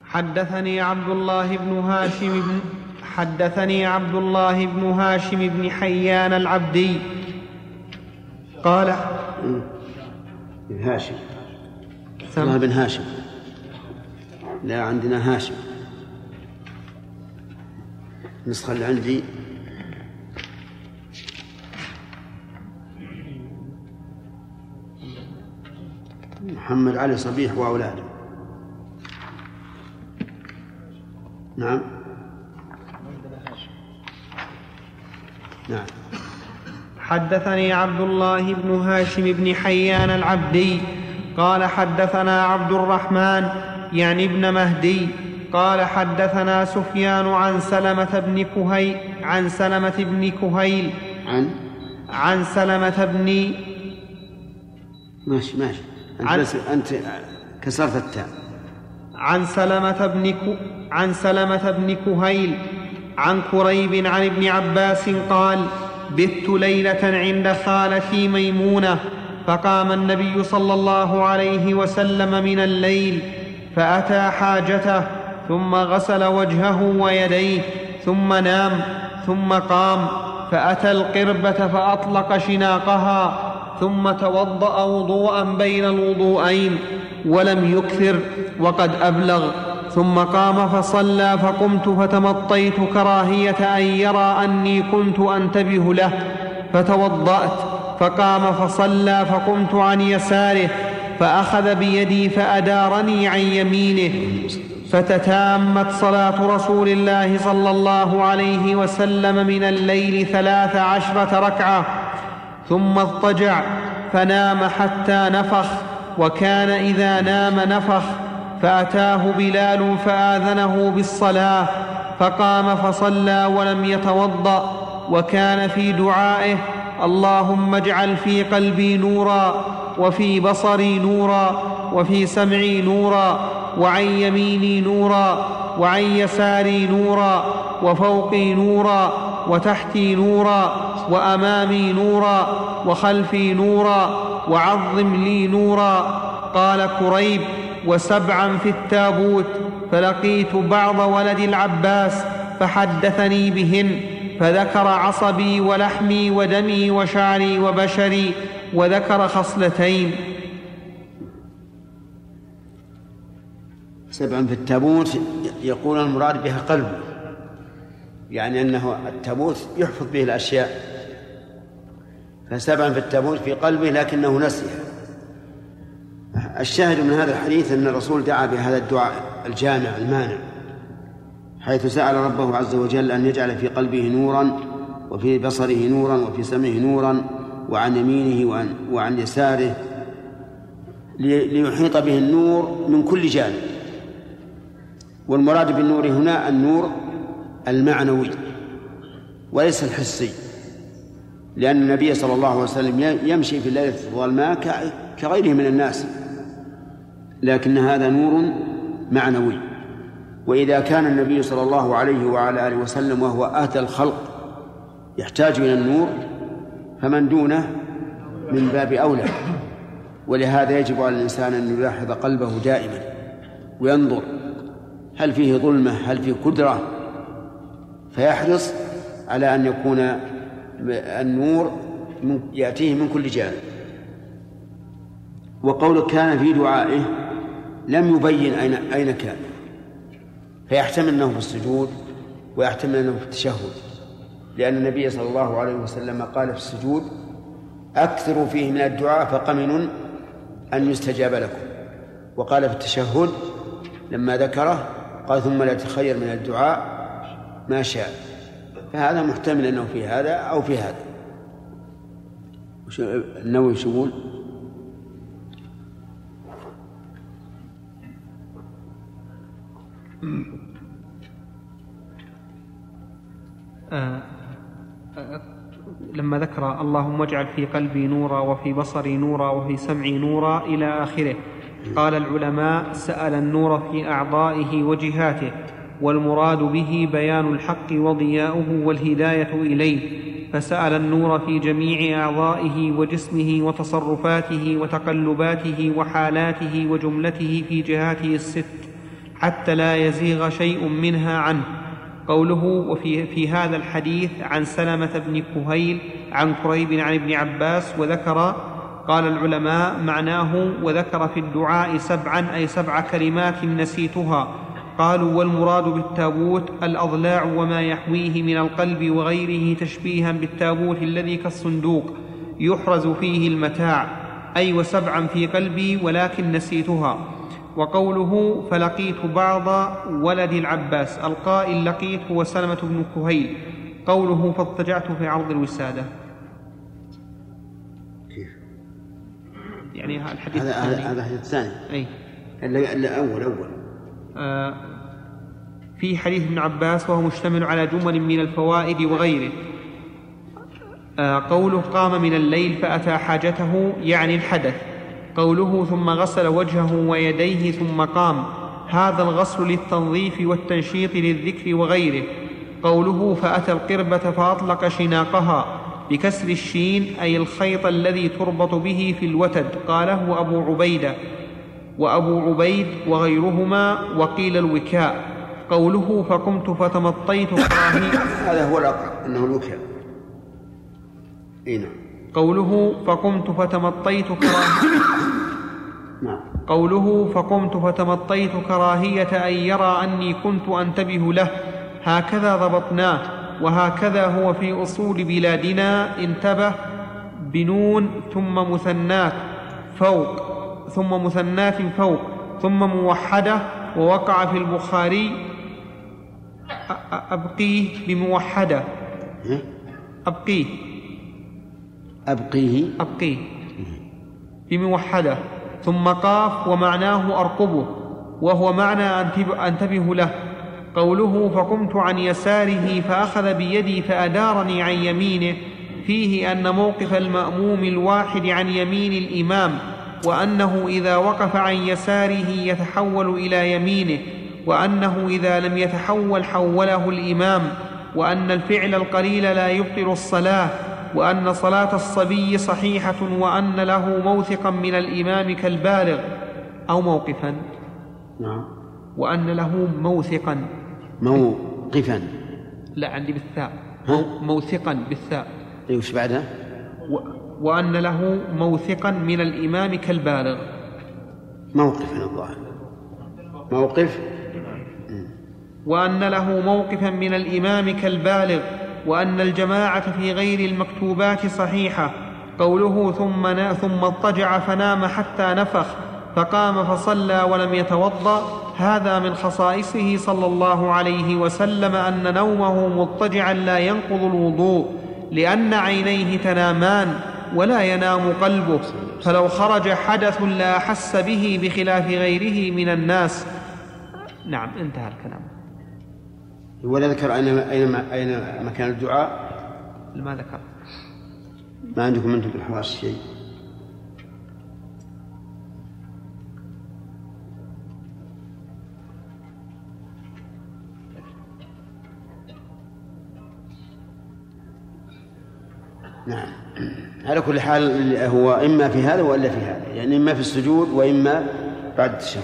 حدثني عبد الله بن هاشم بن حيان العبدي قال هاشم الله بن هاشم، لا عندنا هاشم. النسخة اللي عندي محمد علي صبيح وأولاده. نعم حدثني عبد الله بن هاشم بن حيان العبدي قال حدثنا عبد الرحمن يعني ابن مهدي قال حدثنا سفيان عن سلمة بن كهيل عن سلمة بن ماشي أنت كسرت التاء. عن سلمة بن كهيل عن كريب عن ابن عباس قال بت ليلة عند خالتي ميمونة فقام النبي صلى الله عليه وسلم من الليل فأتى حاجته ثم غسل وجهه ويديه ثم نام ثم قام فأتى القربة فأطلق شناقها ثم توضأ وضوءا بين الوضوءين ولم يكثر وقد أبلغ ثم قام فصلى فقمت فتمطيت كراهية أن يرى أني كنت أنتبه له فتوضأت فقام فصلى فقمت عن يساره فأخذ بيدي فأدارني عن يمينه فتتامت صلاة رسول الله صلى الله عليه وسلم من الليل 13 ركعة ثم اضطجع فنام حتى نفخ وكان إذا نام نفخ فأتاه بلال فآذنه بالصلاة فقام فصلى ولم يتوضأ وكان في دعائه اللهم اجعل في قلبي نورا وفي بصري نورا وفي سمعي نورا وعن يميني نورا وعن يساري نورا وفوقي نورا وتحتي نورا وأمامي نورا وخلفي نورا وعظم لي نورا. قال كريب وسبعا في التابوت فلقيت بعض ولد العباس فحدثني بهن فذكر عصبي ولحمي ودمي وشعري وبشري وذكر خصلتين. 7 في التابوت يقول المراد بها قلبه، يعني أنه التابوت يحفظ به الأشياء، ف7 في التابوت في قلبه لكنه نسيها. الشاهد من هذا الحديث أن الرسول دعا بهذا الدعاء الجامع المانع، حيث سأل ربه عز وجل أن يجعل في قلبه نورا وفي بصره نورا وفي سمعه نورا وعن يمينه وعن يساره، ليحيط به النور من كل جانب. والمراد بالنور هنا النور المعنوي وليس الحسي، لأن النبي صلى الله عليه وسلم يمشي في الليلة الظلماء كغيره من الناس، لكن هذا نور معنوي. وإذا كان النبي صلى الله عليه وعلى آله وسلم وهو أهدى الخلق يحتاج إلى النور، فمن دونه من باب أولى. ولهذا يجب على الإنسان أن يلاحظ قلبه دائما وينظر هل فيه ظلمة هل فيه قدرة، فيحرص على أن يكون النور يأتيه من كل جانب. وقوله كان في دعائه لم يبين أين كان، فيحتمل أنه في السجود ويحتمل أنه في التشهد، لأن النبي صلى الله عليه وسلم قال في السجود أكثروا فيه من الدعاء فقمن أن يستجاب لكم، وقال في التشهد لما ذكره قال ثم لا تخير من الدعاء ما شاء. فهذا محتمل أنه في هذا أو في هذا. النووي يقول لما ذكر اللهم اجعل في قلبي نورا وفي بصري نورا وفي سمعي نورا إلى آخره، قال العلماء سأل النور في أعضائه وجهاته، والمراد به بيان الحق وضياؤه والهداية إليه، فسأل النور في جميع أعضائه وجسمه وتصرفاته وتقلباته وحالاته وجملته في جهاته الست، حتى لا يزيغ شيء منها عنه. قوله وفي هذا الحديث عن سلمة بن كهيل عن كريب عن ابن عباس وذكر. قال العلماء معناه وذكر في الدعاء 7 أي 7 كلمات نسيتها. قالوا والمراد بالتابوت الأضلاع وما يحويه من القلب وغيره تشبيها بالتابوت الذي كالصندوق يحرز فيه المتاع، أي و7 في قلبي ولكن نسيتها. وقوله فلقيت بعض ولد العباس القائل لقيت هو سلمة بن كهيل. قوله فاضطجعت في عرض الوسادة يعني الحديث الثاني. هذا الحديث الثاني أي الأول في حديث ابن عباس وهو مشتمل على جمل من الفوائد وغيره. قوله قام من الليل فأتى حاجته يعني الحدث. قوله ثم غسل وجهه ويديه ثم قام، هذا الغسل للتنظيف والتنشيط للذكر وغيره. قوله فأتى القربة فأطلق شناقها بكسر الشين أي الخيط الذي تربط به في الوتد. قاله أبو عبيدة وأبو عبيد وغيرهما وقيل الوكاء. قوله فقمت فتمطيت كراهية هذا هو الأقرب أنه الوكاء. قوله فقمت فتمطيت كراهية قوله فقمت فتمطيت كراهية أن يرى أني كنت أنتبه له. هكذا ضبطناه وهكذا هو في أصول بلادنا. انتبه بنون ثم مثنات فوق ثم موحدة. ووقع في البخاري أبقيه بموحدة أبقيه بموحدة ثم قاف ومعناه أرقبه وهو معنى أنتبه له. قوله فقمت عن يساره فأخذ بيدي فأدارني عن يمينه فيه أن موقف المأموم الواحد عن يمين الإمام، وأنه إذا وقف عن يساره يتحول إلى يمينه، وأنه إذا لم يتحول حوله الإمام، وأن الفعل القليل لا يبطل الصلاة، وأن صلاة الصبي صحيحة، وأن له موثقا من الإمام كالبالغ أو موقفا. وأن له موثقا لا عندي بالثاء موثقا بالثاء. وش بعدها؟ وأن له موثقا من الإمام كالبالغ. موقفا الظاهر موقف. وأن له موقفا من الإمام كالبالغ، وأن الجماعة في غير المكتوبات صحيحة. قوله ثم اضطجع فنام حتى نفخ فقام فصلى ولم يتوضأ، هذا من خصائصه صلى الله عليه وسلم أن نومه مضطجعا لا ينقض الوضوء، لأن عينيه تنامان ولا ينام قلبه، فلو خرج حدث لا أحس به بخلاف غيره من الناس. نعم، انتهى الكلام. ولا ذكر أين مكان الدعاء؟ ما ذكر. ما عندكم أنتم بالحواس شيء؟ نعم. على كل حال هو إما في هذا وإلا في هذا، يعني إما في السجود وإما بعد التشهد.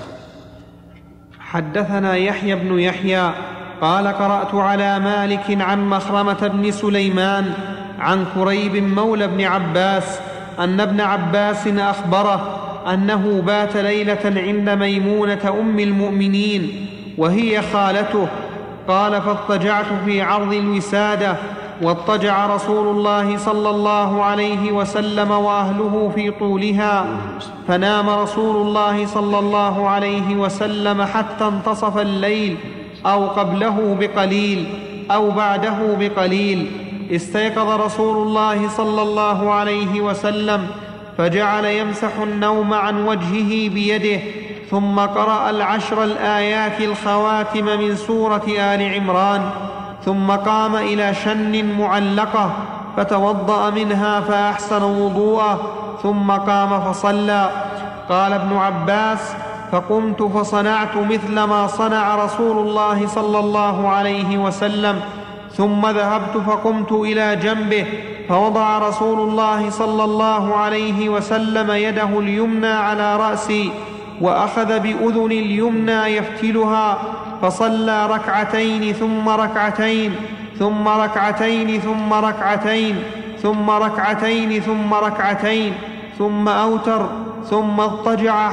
حدثنا يحيى بن يحيى قال قرأت على مالك عن مخرمة بن سليمان عن كريب مولى بن عباس أن ابن عباس أخبره أنه بات ليلة عند ميمونة أم المؤمنين وهي خالته. قال فاضطجعت في عرض الوسادة، واضطجع رسول الله صلى الله عليه وسلم وأهله في طولها، فنام رسول الله صلى الله عليه وسلم حتى انتصف الليل أو قبله بقليل أو بعده بقليل. استيقظ رسول الله صلى الله عليه وسلم فجعل يمسح النوم عن وجهه بيده، ثم قرأ 10 الآيات الخواتم من سورة آل عمران، ثم قام إلى شن معلقة فتوضأ منها فأحسن وضوءه، ثم قام فصلى. قال ابن عباس فقمت فصنعت مثل ما صنع رسول الله صلى الله عليه وسلم، ثم ذهبت فقمت إلى جنبه فوضع رسول الله صلى الله عليه وسلم يده اليمنى على رأسي وأخذ بأذن اليمنى يفتلها، فصلى ركعتين ثم ركعتين ثم ركعتين ثم ركعتين ثم ركعتين ثم ركعتين ثم أوتر، ثم اضطجع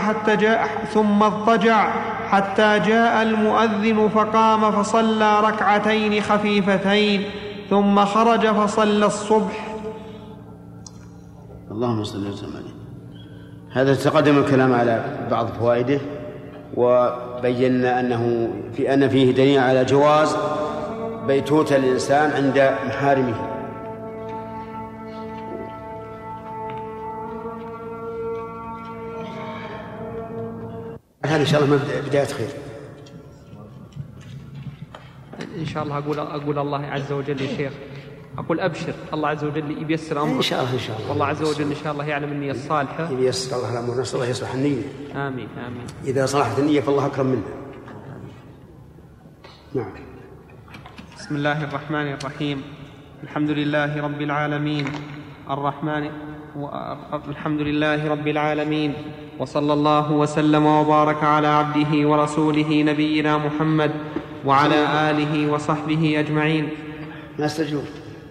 حتى جاء المؤذن فقام فصلى ركعتين خفيفتين، ثم خرج فصلى الصبح. اللهم صل وسلم عليه. هذا تقدم الكلام على بعض فوائده، وبينا أن فيه دليل على جواز بيتوت الإنسان عند محارمه. هذا إن شاء الله بداية خير إن شاء الله. أقول الله عز وجل يا شيخ، أقول أبشر، الله عز وجل يبيسر أمرك إن شاء الله. والله عز وجل إن شاء الله يعلم النية الصالحة، يبيسر الله الأمر، نسأل الله يصلح النية. آمين آمين. إذا صلحت النية فالله أكرم منها. نعم. بسم الله الرحمن الرحيم. الحمد لله رب العالمين الحمد لله رب العالمين، وصلى الله وسلم وبارك على عبده ورسوله نبينا محمد وعلى آله وصحبه أجمعين. ما استجوب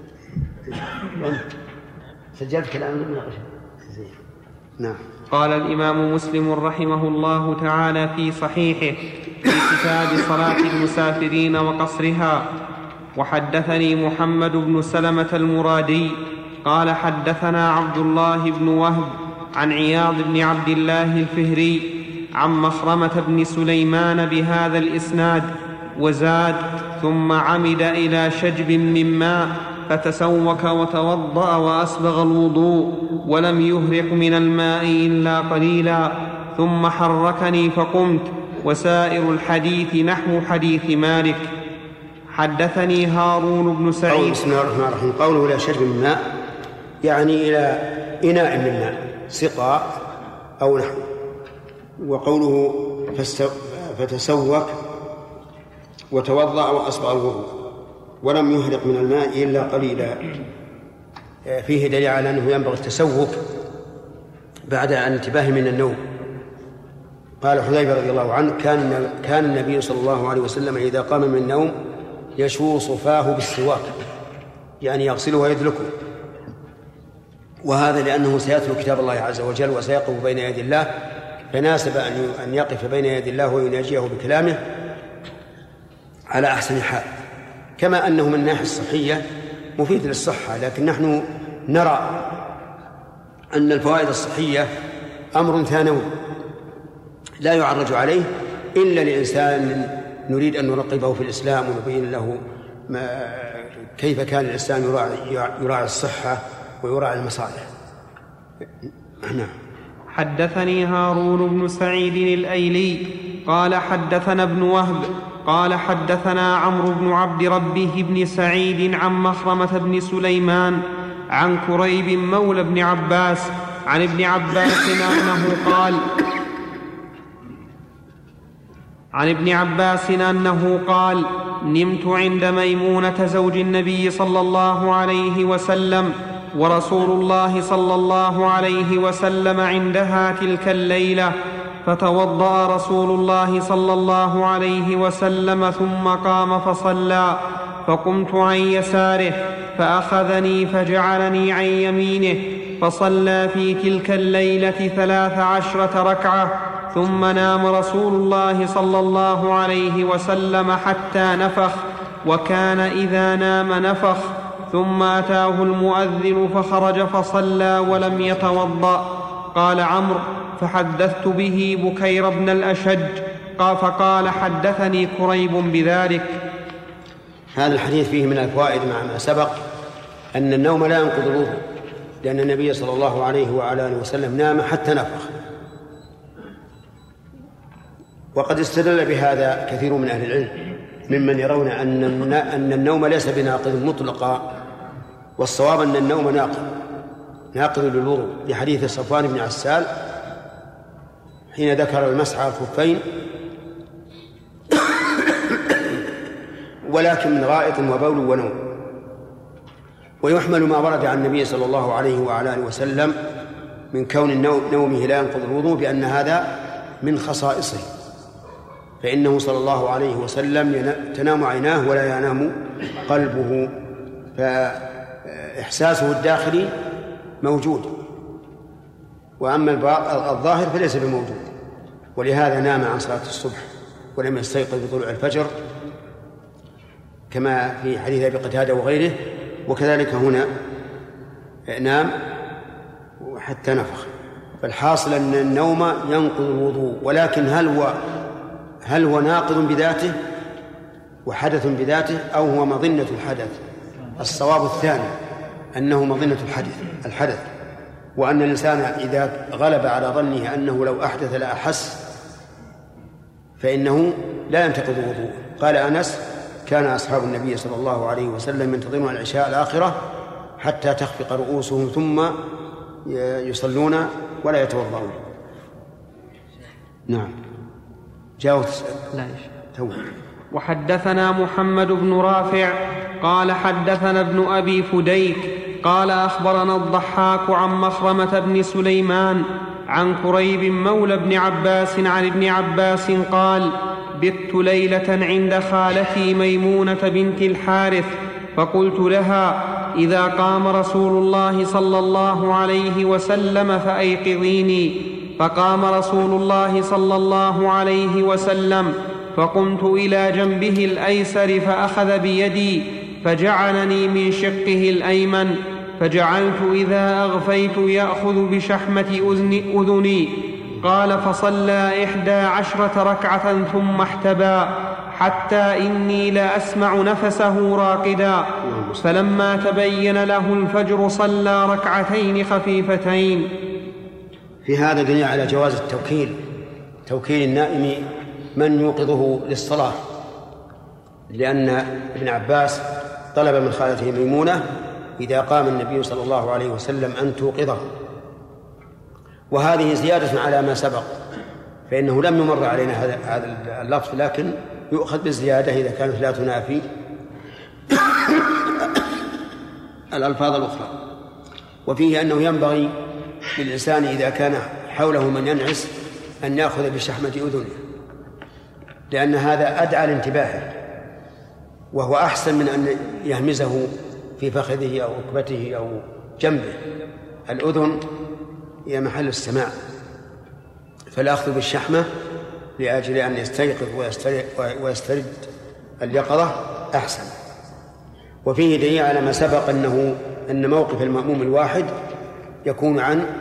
سجلت كلام المناقشة. نعم. قال الإمام مسلم رحمه الله تعالى في صحيحه في كتاب صلاة المسافرين وقصرها: وحدثني محمد بن سلمة المرادي قال حدثنا عبد الله بن وهب عن عياض بن عبد الله الفهري عن مخرمة بن سليمان بهذا الإسناد، وزاد: ثم عمد إلى شجب من ماء فتسوك وتوضأ وأسبغ الوضوء ولم يهرق من الماء إلا قليلا، ثم حركني فقمت. وسائر الحديث نحو حديث مالك. حدثني هارون بن سعيد. بسم الله الرحمن الرحيم. قوله إلى شجب من ماء يعني إلى إناء من ماء، سقاء أو نحو. وقوله فتسوك وتوضأ وأسبغ الوضوء ولم يهرق من الماء إلا قليلا، فيه دليل على أنه ينبغي التسوك بعد الانتباه من النوم. قال حذيفة رضي الله عنه: كان النبي صلى الله عليه وسلم إذا قام من النوم يشوص فاه بالسواك، يعني يغسله ويدلكه. وهذا لأنه سيتلو كتاب الله عز وجل وسيقف بين يدي الله، فناسب أن يقف بين يدي الله ويناجيه بكلامه على أحسن حال، كما أنه من الناحية الصحية مفيد للصحة. لكن نحن نرى أن الفوائد الصحية أمر ثانوي لا يعرج عليه إلا لإنسان نريد أن نرقبه في الإسلام ونبين له كيف كان الإسلام يراعي الصحة ويراعي المصالح. نعم. حدثني هارون بن سعيد الأيلي قال حدثنا ابن وهب قال حدثنا عمرو بن عبد ربه بن سعيد عن مخرمة بن سليمان عن كريب مولى بن عباس عن ابن عباس أنه قال: نمت عند ميمونة زوج النبي صلى الله عليه وسلم، ورسول الله صلى الله عليه وسلم عندها تلك الليلة، فتوضأ رسول الله صلى الله عليه وسلم ثم قام فصلى، فقمت عن يساره فأخذني فجعلني عن يمينه، فصلى في تلك الليلة 13 ركعة، ثم نام رسول الله صلى الله عليه وسلم حتى نفخ، وكان إذا نام نفخ، ثم أتاه المؤذن فخرج فصلى ولم يتوضأ. قال عمرو: فحدثت به بكير بن الأشج فقال: حدثني كريب بذلك. هذا الحديث فيه من الفوائد مع ما سبق أن النوم لا ينقض الوضوء، لأن النبي صلى الله عليه وعلى آله وسلم نام حتى نفخ. وقد استدل بهذا كثير من أهل العلم ممن يرون أن النوم ليس بناقض مطلقا، والصواب أن النوم ناقض للوضوء، لحديث صفوان بن عسال حين ذكر المسح على الخفين ولكن من غائط وبول ونوم. ويحمل ما ورد عن النبي صلى الله عليه وعلى آله وسلم من كون نومه لا ينقض الوضوء بأن هذا من خصائصه، فإنه صلى الله عليه وسلم تنام عيناه ولا ينام قلبه، فإحساسه الداخلي موجود، وأما الظاهر فليس بموجود، ولهذا نام عن صلاة الصبح ولم يستيقظ بطلوع الفجر كما في حديث أبي قتادة وغيره، وكذلك هنا نام حتى نفخ. فالحاصل أن النوم ينقض الوضوء، ولكن هل هو ناقض بذاته وحدث بذاته أو هو مظنة الحدث؟ الصواب الثاني، أنه مظنة الحدث، وأن الإنسان إذا غلب على ظنه أنه لو أحدث لأحس فإنه لا ينتقض وضوءه. قال أنس: كان أصحاب النبي صلى الله عليه وسلم ينتظرون العشاء الآخرة حتى تخفق رؤوسهم ثم يصلون ولا يتوضؤون. نعم. جاوب تسأل. لا. وحدثنا محمد بن رافع قال حدثنا ابن أبي فديك قال أخبرنا الضحاك عن مخرمة بن سليمان عن كريب مولى ابن عباس عن ابن عباس قال: بت ليلة عند خالتي ميمونة بنت الحارث، فقلت لها: إذا قام رسول الله صلى الله عليه وسلم فأيقظيني. فقام رسول الله صلى الله عليه وسلم، فقمت إلى جنبه الأيسر فأخذ بيدي فجعلني من شقه الأيمن، فجعلت إذا أغفيت يأخذ بشحمة أذني. قال: فصلى 11 ركعة ثم احتبى حتى إني لأسمع نفسه راقدا، فلما تبين له الفجر صلى 2 ركعتين خفيفتين. في هذا دليل على جواز توكيل النائم من يوقظه للصلاة، لأن ابن عباس طلب من خالته ميمونة إذا قام النبي صلى الله عليه وسلم أن توقظه، وهذه زيادة على ما سبق، فإنه لم يمر علينا هذا اللفظ، لكن يؤخذ بالزيادة إذا كانت لا تنافي الألفاظ الأخرى. وفيه أنه ينبغي للإنسان إذا كان حوله من ينعس أن يأخذ بشحمة أذنه، لأن هذا أدعى لانتباهه، وهو أحسن من أن يهمزه في فخذه أو ركبته أو جنبه. الأذن هي محل السماع، فالأخذ بالشحمة لأجل أن يستيقظ ويسترد اليقظة أحسن. وفيه دليل على ما سبق أن موقف المأموم الواحد يكون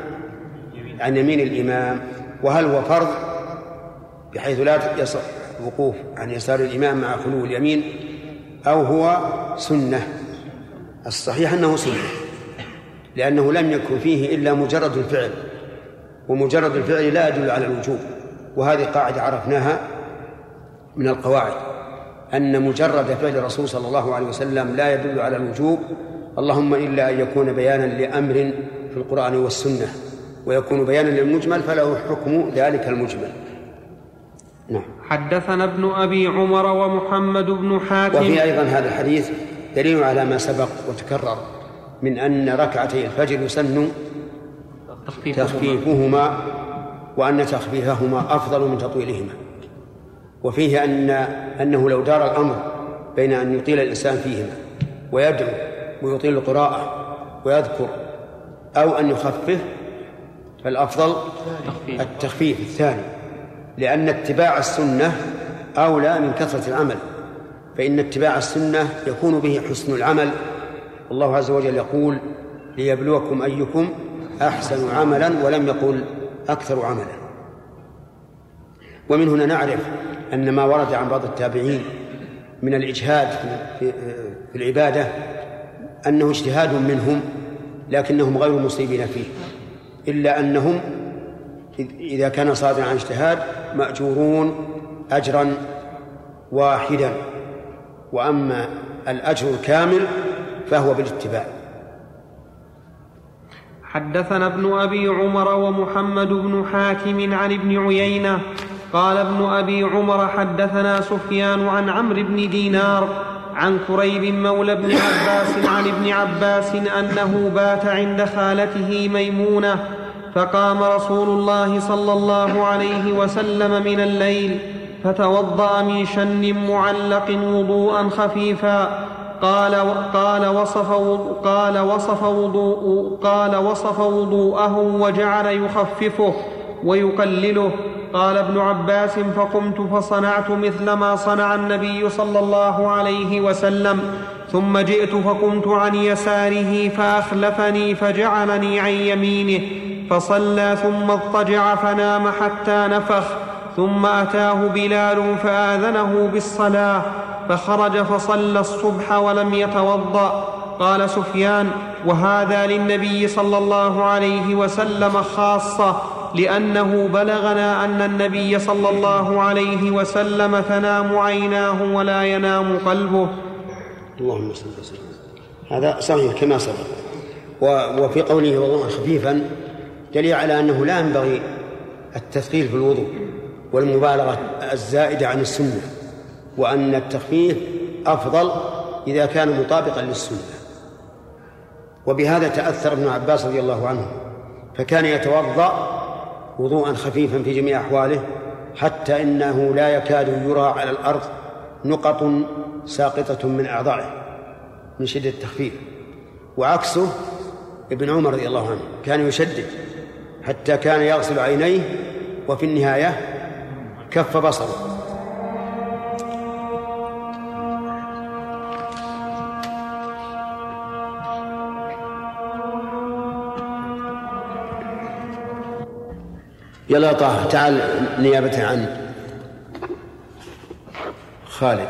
عن يمين الإمام، وهل هو فرض بحيث لا يصح الوقوف عن يسار الإمام مع خلو اليمين، أو هو سنة؟ الصحيح أنه سنة، لأنه لم يكن فيه إلا مجرد الفعل، ومجرد الفعل لا يدل على الوجوب، وهذه قاعدة عرفناها من القواعد، أن مجرد فعل الرسول صلى الله عليه وسلم لا يدل على الوجوب، اللهم إلا أن يكون بيانا لأمر في القرآن والسنة، ويكون بيانا للمجمل فله حكم ذلك المجمل. نعم. حدثنا ابن أبي عمر ومحمد بن حاتم. وفي أيضا هذا الحديث دليل على ما سبق وتكرر من أن ركعتي الفجر يسن تخفيفهما، وأن تخفيفهما أفضل من تطويلهما. وفيه أنه لو دار الأمر بين أن يطيل الإنسان فيهما ويدعو ويطيل القراءة ويذكر، أو أن يخفف، فالأفضل التخفيف الثاني، لأن اتباع السنة أولى من كثرة العمل، فإن اتباع السنة يكون به حسن العمل. الله عز وجل يقول: ليبلوكم أيكم أحسن عملا، ولم يقل أكثر عملا. ومن هنا نعرف أن ما ورد عن بعض التابعين من الإجهاد في العبادة أنه اجتهاد منهم، لكنهم غير مصيبين فيه، إلا أنهم إذا كان صادرا عن اجتهاد مأجورون أجرا واحدا، وأما الأجر الكامل فهو بالاتباع. حدثنا ابن أبي عمر ومحمد بن حاتم عن ابن عيينة قال ابن أبي عمر حدثنا سفيان عن عمرو بن دينار عن كريب مولى ابن عباس عن ابن عباس أنه بات عند خالته ميمونة فقام رسول الله صلى الله عليه وسلم من الليل فتوضأ من شن معلق وضوءا خفيفا. قال وصف وضوءه وجعل يخففه ويقلله. قال ابن عباس: فقمت فصنعت مثل ما صنع النبي صلى الله عليه وسلم، ثم جئت فقمت عن يساره فأخلفني فجعلني عن يمينه فصلى، ثم اضطجع فنام حتى نفخ، ثم أتاه بلال فآذنه بالصلاة فخرج فصلى الصبح ولم يتوضأ. قال سفيان: وهذا للنبي صلى الله عليه وسلم خاصة، لأنه بلغنا أن النبي صلى الله عليه وسلم تنام عيناه ولا ينام قلبه. اللهم صل وسلم. هذا صحيح كما سبق. وفي قوله وضوءا خفيفا دليل على أنه لا ينبغي التثقيل في الوضوء والمبالغة الزائدة عن السنة، وأن التخفيف أفضل إذا كان مطابقا للسنة. وبهذا تأثر ابن عباس رضي الله عنه، فكان يتوضأ وضوءا خفيفا في جميع أحواله، حتى إنه لا يكاد يرى على الأرض نقط ساقطة من أعضائه من شدة التخفيف. وعكسه ابن عمر رضي الله عنه كان يشدد حتى كان يغسل عينيه وفي النهاية كف بصره. يلا طه تعال نيابة عن خالد.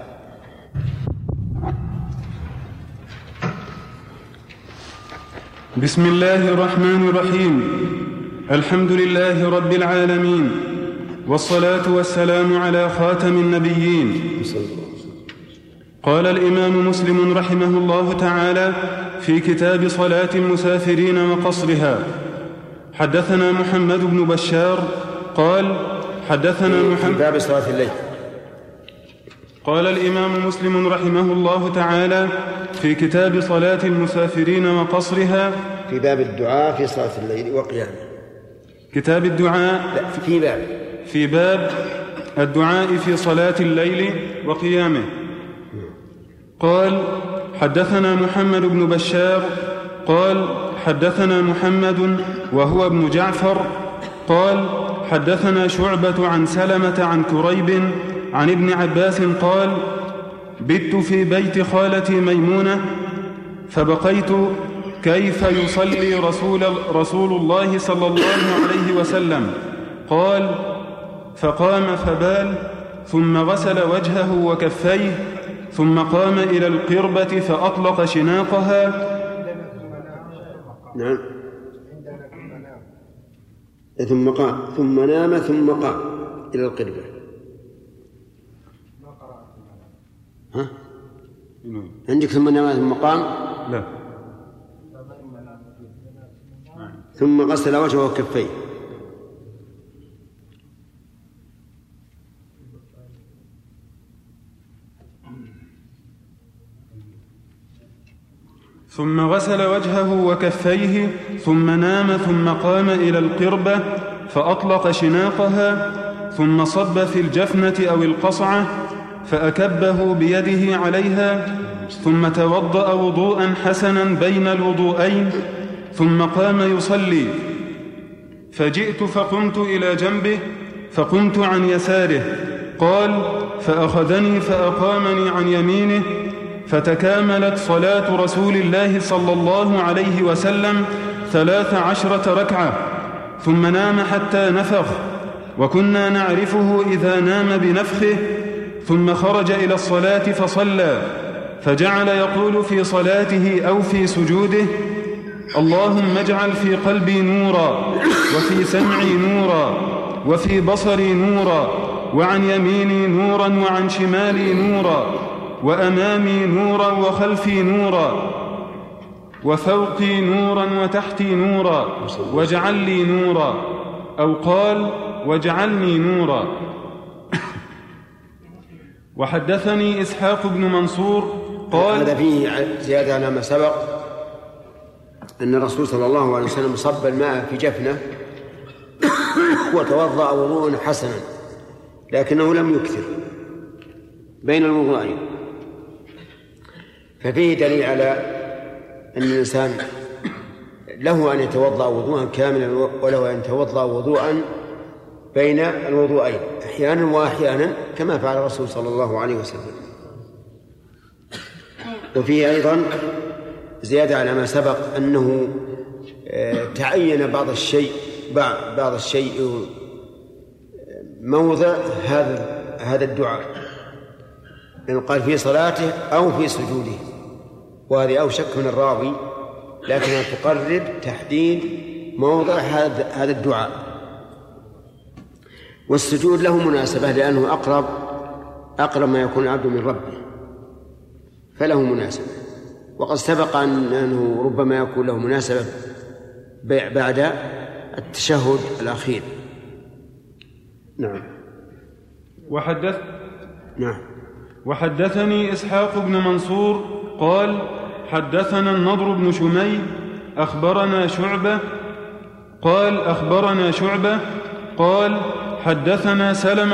بسم الله الرحمن الرحيم. الحمد لله رب العالمين، والصلاة والسلام على خاتم النبيين. قال الإمام مسلم رحمه الله تعالى في كتاب صلاة المسافرين وقصرها: حدثنا محمد بن بشار قال حدثنا محمد في باب صلاة الليل. قال الإمام مسلم رحمه الله تعالى في كتاب صلاة المسافرين وقصرها في باب الدعاء في صلاة الليل وقيامه. كتاب الدعاء في باب الدعاء في صلاة الليل وقيامه. قال حدثنا محمد بن بشار قال حدثنا محمد وهو ابن جعفر قال حدثنا شعبة عن سلمة عن كريب عن ابن عباس قال: بت في بيت خالتي ميمونة فبقيت كيف يصلي رسول الله صلى الله عليه وسلم. قال: فقام فبال، ثم غسل وجهه وكفيه، ثم قام إلى القربة فأطلق شناقها. نعم. ثم قام ثم نام ثم قام إلى القربة. ها؟ عندك ثم نام ثم قام؟ لا. ثم غسل وجهه وكفيه. ثم غسل وجهه وكفيه، ثم نام ثم قام إلى القربة فأطلق شناقها، ثم صب في الجفنة أو القصعة فأكبه بيده عليها، ثم توضأ وضوءا حسنا بين الوضوءين، ثم قام يصلي. فجئت فقمت إلى جنبه فقمت عن يساره. قال: فأخذني فأقامني عن يمينه، فتكاملت صلاة رسول الله صلى الله عليه وسلم 13 ركعة، ثم نام حتى نفخ، وكنا نعرفه إذا نام بنفخه، ثم خرج إلى الصلاة فصلى، فجعل يقول في صلاته أو في سجوده: اللهم اجعل في قلبي نورا، وفي سمعي نورا، وفي بصري نورا، وعن يميني نورا، وعن شمالي نورا، وأمامي نورا، وخلفي نورا، وفوقي نورا، وتحتي نورا، واجعل لي نورا، أو قال: واجعلني نورا. وحدثني إسحاق بن منصور قال: هذا فيه زيادة على ما سبق، أن الرسول صلى الله عليه وسلم صب الماء في جفنه وتوضأ وضوءا حسنا، لكنه لم يكثر بين الوضوءين، ففيه دليل على أن الإنسان له أن يتوضأ وضوءا كاملا وله أن يتوضأ وضوءا بين الوضوءين أحيانا وأحيانا، كما فعل الرسول صلى الله عليه وسلم. وفيه أيضا زيادة على ما سبق أنه تعين بعض الشيء موضع هذا الدعاء، لأنه قال في صلاته أو في سجوده، وهذه أوشك من الراوي، لكنها تقرب تحديد موضع هذا الدعاء. والسجود له مناسبة لأنه أقرب ما يكون العبد من ربه، فله مناسبة. وقد سبق أنه ربما يكون له مناسبة بعد التشهد الأخير. نعم. وحدثني إسحاق بن منصور قال حدثنا النضر بن شميل أخبرنا شعبة قال حدثنا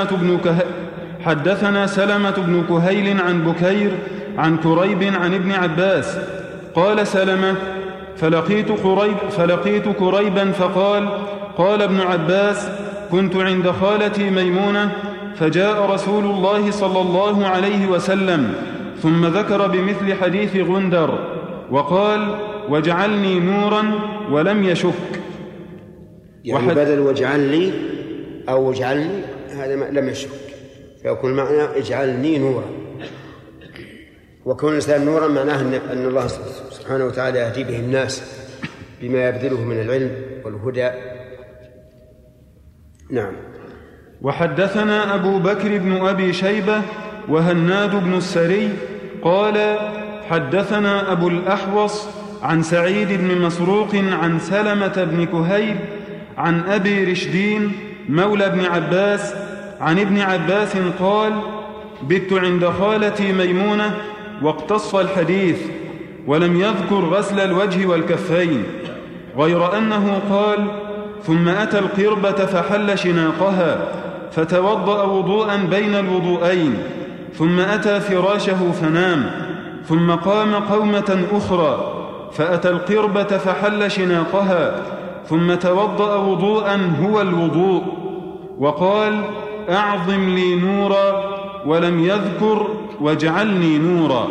سلمة بن كهيل عن بكير عن كريب عن ابن عباس قال سلمة فلقيت كريبا فقال قال ابن عباس كنت عند خالتي ميمونة فجاء رسول الله صلى الله عليه وسلم ثم ذكر بمثل حديث غندر وقال واجعلني نورا ولم يشك. يعني بدل واجعلني أو واجعلني هذا لم يشك، فيكون معنى اجعلني نورا. وكون الإنسان نورا معناه أن الله سبحانه وتعالى يهدي به الناس بما يبذله من العلم والهدى. نعم. وحدثنا أبو بكر بن أبي شيبة وهناد بن السري قال حدثنا أبو الأحوص عن سعيد بن مسروق عن سلمة بن كهيل عن أبي رشدين مولى ابن عباس عن ابن عباس قال بت عند خالتي ميمونة واقتص الحديث ولم يذكر غسل الوجه والكفين، غير أنه قال ثم أتى القربة فحل شناقها فتوضأ وضوءا بين الوضوءين، ثم أتى فراشه فنام، ثم قام قومة أخرى فأتى القربة فحل شناقها ثم توضأ وضوءا هو الوضوء، وقال أعظم لي نورا، ولم يذكر واجعلني نورا.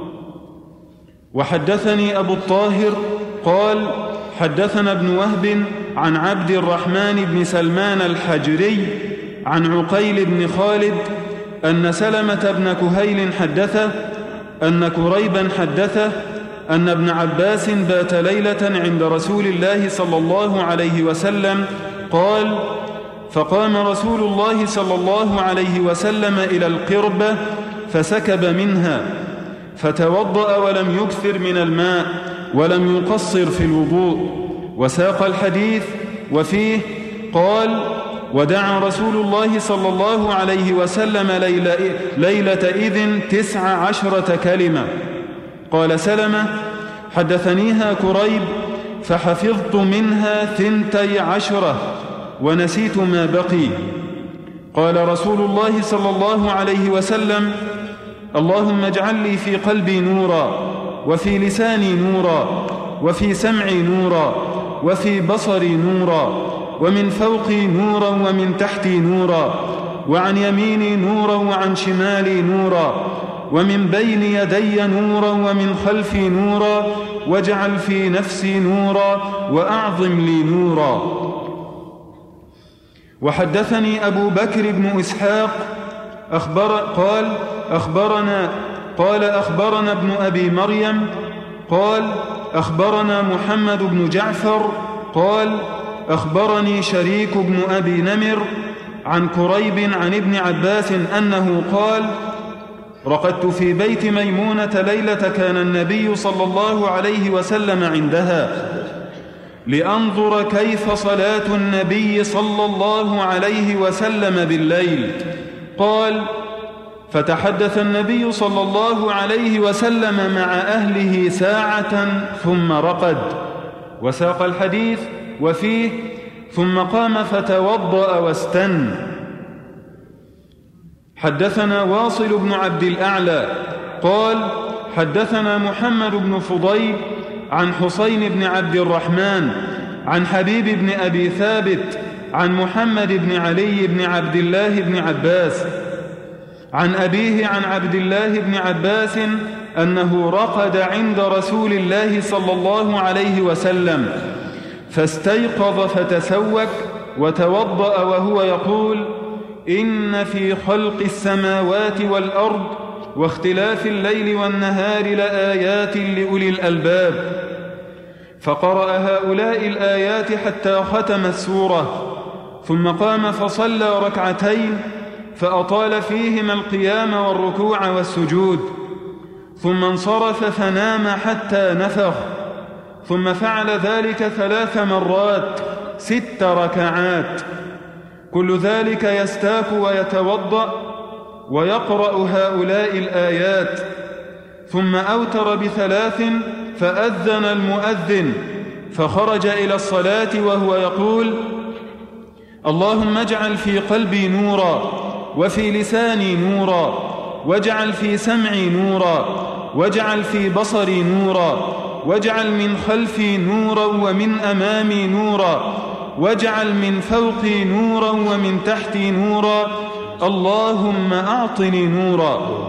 وحدثني أبو الطاهر قال حدثنا ابن وهب عن عبد الرحمن بن سلمان الحجري عن عقيل بن خالد أن سلمة بن كهيل حدثه أن كريبا حدثه أن ابن عباس بات ليلة عند رسول الله صلى الله عليه وسلم قال فقام رسول الله صلى الله عليه وسلم إلى القربة فسكب منها فتوضأ ولم يكثر من الماء ولم يقصر في الوضوء. وساق الحديث وفيه قال ودعا رسول الله صلى الله عليه وسلم ليلة إذن 19 كلمة. قال سلمة حدثنيها كريب فحفظت منها 12 ونسيت ما بقي. قال رسول الله صلى الله عليه وسلم اللهم اجعل لي في قلبي نورا وفي لساني نورا وفي سمعي نورا وفي بصري نورا ومن فوقي نورا ومن تحتي نورا وعن يميني نورا وعن شمالي نورا ومن بين يدي نورا ومن خلفي نورا واجعل في نفسي نورا وأعظم لي نورا. وحدثني أبو بكر بن إسحاق قال أخبرنا ابن أبي مريم قال أخبرنا محمد بن جعفر قال أخبرني شريك بن أبي نمر عن كريب عن ابن عباس أنه قال رقدت في بيت ميمونة ليلة كان النبي صلى الله عليه وسلم عندها لأنظر كيف صلاة النبي صلى الله عليه وسلم بالليل. قال فتحدث النبي صلى الله عليه وسلم مع أهله ساعة ثم رقد. وساق الحديث وفيه: ثم قام فتوضأ واستن. حدثنا واصل بن عبد الأعلى قال: حدثنا محمد بن فضيل عن حسين بن عبد الرحمن عن حبيب بن أبي ثابت عن محمد بن علي بن عبد الله بن عباس عن أبيه عن عبد الله بن عباس أنه رقد عند رسول الله صلى الله عليه وسلم فاستيقظ فتسوك وتوضأ وهو يقول: إن في خلق السماوات والأرض واختلاف الليل والنهار لآيات لأولي الألباب. فقرأ هؤلاء الآيات حتى ختم السورة، ثم قام فصلى ركعتين فأطال فيهما القيام والركوع والسجود، ثم انصرف فنام حتى نفخ، ثم فعل ذلك 3 مرات 6 ركعات، كل ذلك يستاك ويتوضأ ويقرأ هؤلاء الآيات، ثم أوتر ب3 فأذن المؤذن فخرج إلى الصلاة وهو يقول: اللهم اجعل في قلبي نورا، وفي لساني نورا، واجعل في سمعي نورا، واجعل في بصري نورا، واجعل من خلفي نورا ومن أمامي نورا، واجعل من فوقي نورا ومن تحتي نورا، اللهم أعطني نورا.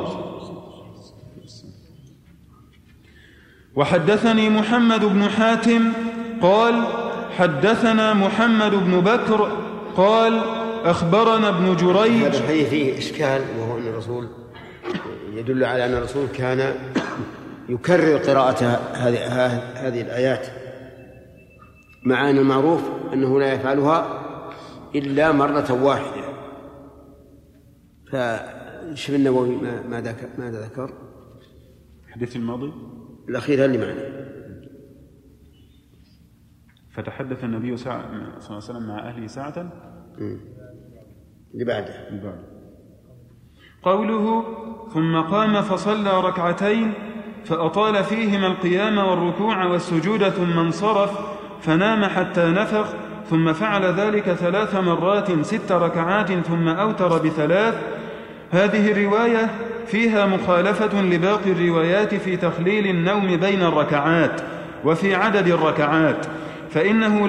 وحدثني محمد بن حاتم قال: حدثنا محمد بن بكر قال: أخبرنا ابن جريج. هذا الحديث فيه إشكال، وهو أن الرسول يدل على أن الرسول كان يكرر قراءة هذه الآيات، مع أن المعروف أنه لا يفعلها إلا مرة واحدة. فشوف النووي ماذا ذكر؟ الحديث الماضي الأخير اللي معنا: فتحدث النبي صلى الله عليه وسلم مع أهله ساعة اللي بعده. قوله: ثم قام فصلى ركعتين فأطال فيهما القيام والركوع والسجود، ثم انصرف فنام حتى نفخ، ثم فعل ذلك 3 مرات 6 ركعات، ثم أوتر ب3. هذه الرواية فيها مخالفة لباقي الروايات في تخليل النوم بين الركعات وفي عدد الركعات، فإنه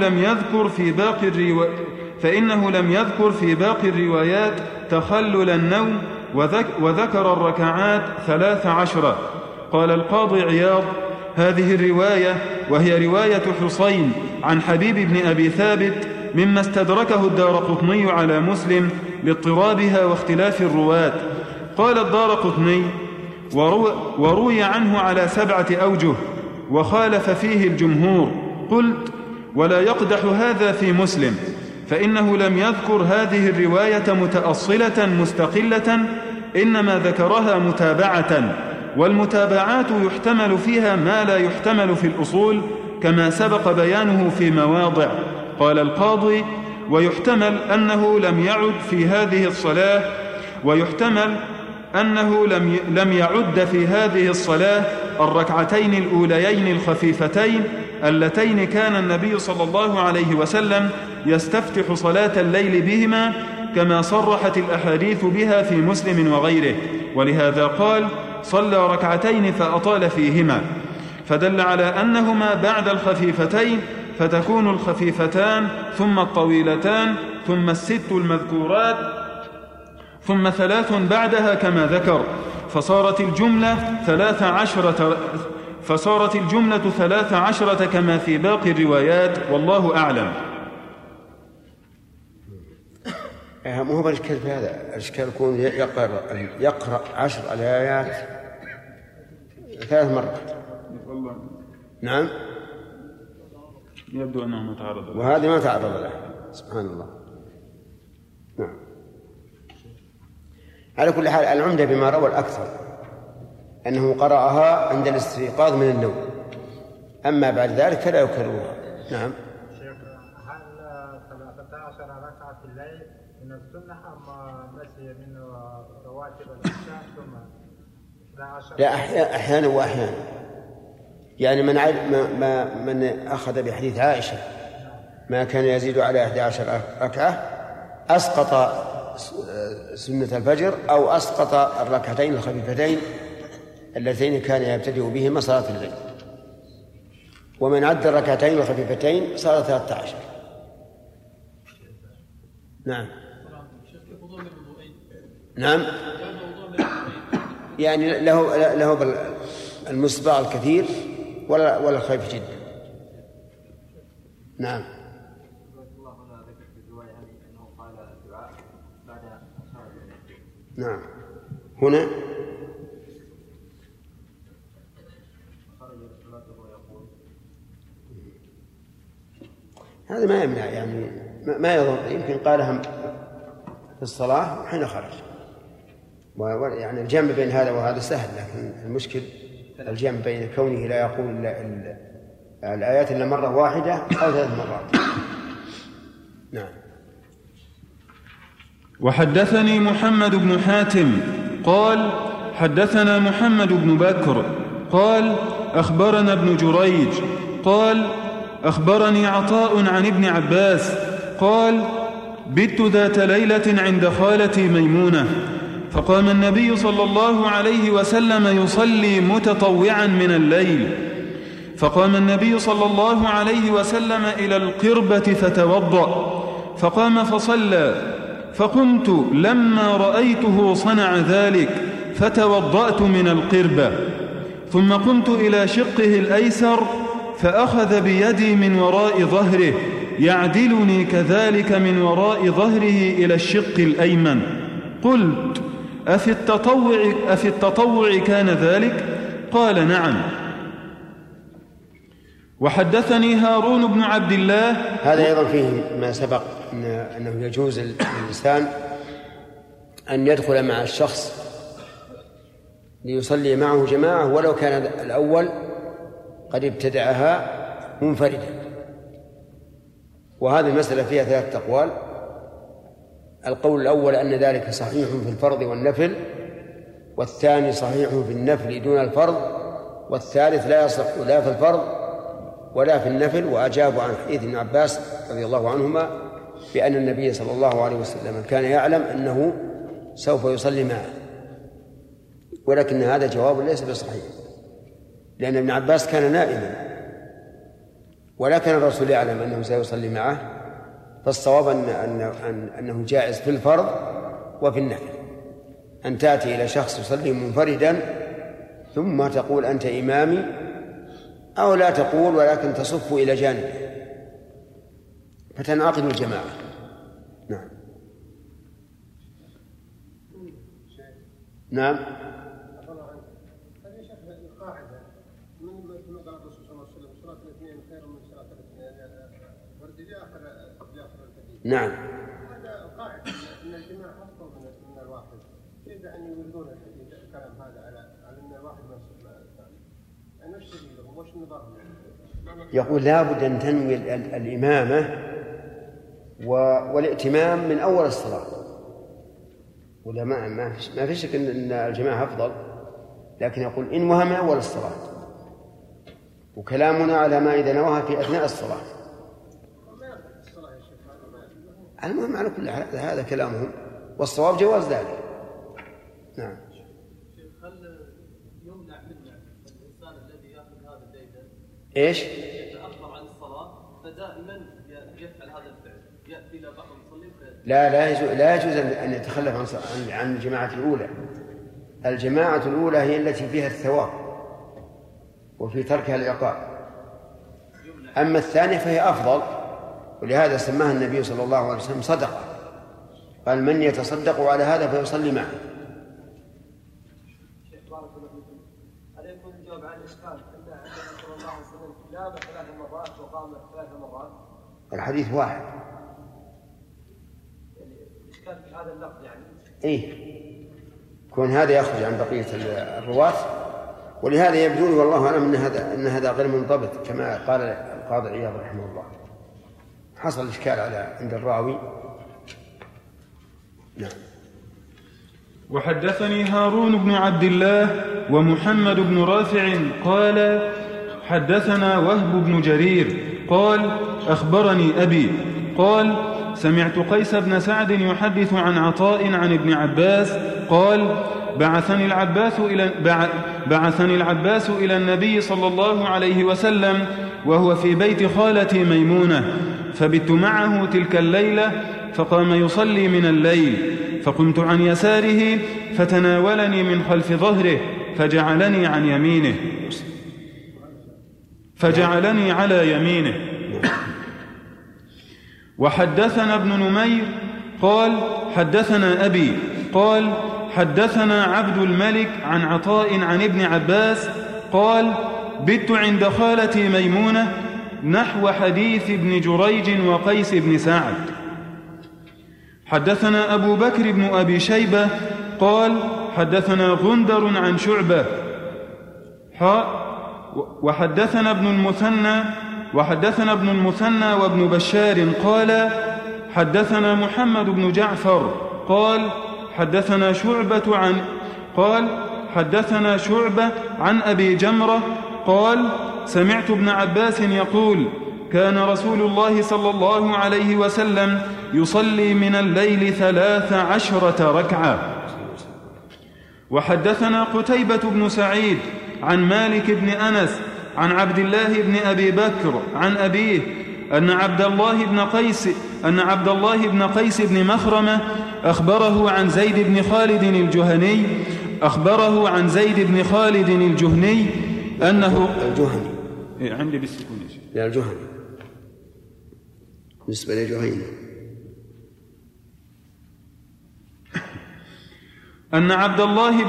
لم يذكر في باقي الروايات تخلل النوم، وذكر الركعات 13. قال القاضي عياض: هذه الرواية وهي رواية حسين عن حبيب بن أبي ثابت مما استدركه الدارقطني على مسلم لاضطرابها واختلاف الرواة. قال الدارقطني: وروي عنه على 7 أوجه وخالف فيه الجمهور. قلت: ولا يقدح هذا في مسلم، فإنه لم يذكر هذه الرواية متأصلة مستقلة، إنما ذكرها متابعة، والمتابعات يحتمل فيها ما لا يحتمل في الأصول كما سبق بيانه في مواضع. قال القاضي: ويحتمل أنه لم يعد في هذه الصلاة، ويحتمل أنه لم يعد في هذه الصلاة الركعتين الأوليين الخفيفتين اللتين كان النبي صلى الله عليه وسلم يستفتح صلاة الليل بهما، كما صرحت الأحاديث بها في مسلم وغيره، ولهذا قال: صلى ركعتين فأطال فيهما، فدل على أنهما بعد الخفيفتين، فتكون الخفيفتان ثم الطويلتان ثم 6 المذكورات ثم 3 بعدها كما ذكر، فصارت الجملة 13 كما في باقي الروايات، والله أعلم. مو هو الإشكال في هذا، الإشكال يكون يقرأ 10 الآيات 3 مرات. نعم، يبدو أنه متعرض، وهذا ما تعرض له، سبحان الله. نعم. على كل حال العمدة بما روى الأكثر أنه قرأها عند الاستيقاظ من النوم، أما بعد ذلك فلا يكررها. نعم. شيخ، هل 13 ركعة في الليل من السنة أم نسي من رواتب العشاء ثم 11؟ لا، أحيانا وأحيانا، يعني من أخذ بحديث عائشة ما كان يزيد على 11 ركعة أسقط سنة الفجر أو أسقط الركعتين الخفيفتين اللتين كان يبتدئ بهما صلاة الليل. ومن عد الركعتين الخفيفتين صار 13. نعم نعم، يعني له المسبع الكثير ولا الخفيف جدا. نعم. نعم هنا هذا ما يمنع، يعني ما يضر، يمكن قالها في الصلاة حين خرج، يعني الجمع بين هذا وهذا سهل، لكن المشكل الجمع بين كونه لا يقول الآيات إلا مرة واحدة أو 3 مرات. نعم. وحدثني محمد بن حاتم قال حدثنا محمد بن بكر قال أخبرنا ابن جريج قال أخبرني عطاء عن ابن عباس قال بت ذات ليلة عند خالتي ميمونة فقام النبي صلى الله عليه وسلم يصلي متطوعا من الليل، فقام النبي صلى الله عليه وسلم إلى القربة فتوضأ فقام فصلى، فقمت لما رأيته صنع ذلك فتوضأت من القربة، ثم قمت إلى شقه الأيسر فأخذ بيدي من وراء ظهره يعدلني كذلك من وراء ظهره إلى الشق الأيمن. قلت أفي التطوع كان ذلك؟ قال نعم. وحدثني هارون بن عبد الله. هذا أيضا فيه ما سبق أنه يجوز للإنسان أن يدخل مع الشخص ليصلي معه جماعة ولو كان الأول قد ابتدعها منفردا. وهذه المسألة فيها 3 أقوال. القول الأول أن ذلك صحيح في الفرض والنفل، والثاني صحيح في النفل دون الفرض، والثالث لا يصح لا في الفرض ولا في النفل. وأجابوا عن حديث ابن عباس رضي الله عنهما بأن النبي صلى الله عليه وسلم كان يعلم أنه سوف يصلي معه، ولكن هذا جواب ليس بصحيح، لأن ابن عباس كان نائما ولكن الرسول يعلم أنه سيصلي معه، فالصواب أنه جائز في الفرض وفي النفل أن تأتي إلى شخص يصلي منفردا ثم تقول أنت إمامي، أو لا تقول ولكن تصف إلى جانبه فتنعقد الجماعة. نعم. نعم. نعم. هذا قاعدة أن الجماعة أفضل من الواحد، كيف أن يوردون الكلام هذا على أن الواحد ما الثاني؟ نفس الشيء وش النظام؟ يقول لا بد أن تنوي الإمامة والائتمام من أول الصلاة، ولا ما في شك أن الجماعة أفضل، لكن يقول إن وهم أول الصلاة، وكلامنا على ما إذا نواها في أثناء الصلاة. المهم على كل حال هذا كلامهم، والصواب جواز ذلك. نعم. هل يمنع الإنسان الذي يأخذ هذا الديدن إيش؟ يتأخر عن الصلاة فدائما يفعل هذا الفعل، يأتي إلى بعض المصلين لا يجوز أن يتخلف عن الجماعة الأولى. الجماعة الأولى هي التي فيها الثواب وفي تركها العقاب، أما الثانية فهي أفضل، ولهذا سماها النبي صلى الله عليه وسلم صدقة، قال من يتصدق على هذا فيصلي معه. شيخ بارك الله فيكم، هل يكون الجواب عن الإشكال أن النبي صلى الله عليه وسلم نام 3 مرات وقام 3 مرات؟ الحديث واحد. يعني الإشكال في هذا اللفظ يعني. إيه، كون هذا يخرج عن بقية الرواة، ولهذا يبدو لي والله أعلم أن هذا غير منضبط كما قال القاضي عياض رحمه الله، حصل إشكال عند الراوي. نعم. وحدثني هارون بن عبد الله ومحمد بن رافع قال حدثنا وهب بن جرير قال أخبرني أبي قال سمعت قيس بن سعد يحدث عن عطاء عن ابن عباس قال بعثني العباس إلى النبي صلى الله عليه وسلم وهو في بيت خالتي ميمونة، فبت معه تلك الليلة، فقام يصلي من الليل، فقمت عن يساره فتناولني من خلف ظهره فجعلني على يمينه. وحدثنا ابن نمير قال حدثنا أبي قال حدثنا عبد الملك عن عطاء عن ابن عباس قال بت عند خالتي ميمونة نحو حديث ابن جريج وقيس بن سعد. حدثنا أبو بكر بن أبي شيبة قال حدثنا غندر عن شعبة وحدثنا ابن المثنى وابن بشار قال حدثنا محمد بن جعفر قال حدثنا شعبة عن أبي جمرة قال سمعت ابن عباس يقول كان رسول الله صلى الله عليه وسلم يصلي من الليل 13 ركعة. وحدثنا قتيبة بن سعيد عن مالك بن أنس عن عبد الله بن أبي بكر عن أبيه أن عبد الله بن قيس بن مخرمة أخبره عن زيد بن خالد الجهني أنه الجهني عندي بالسكون لا الجهني بالنسبة للجهيني أن عبد الله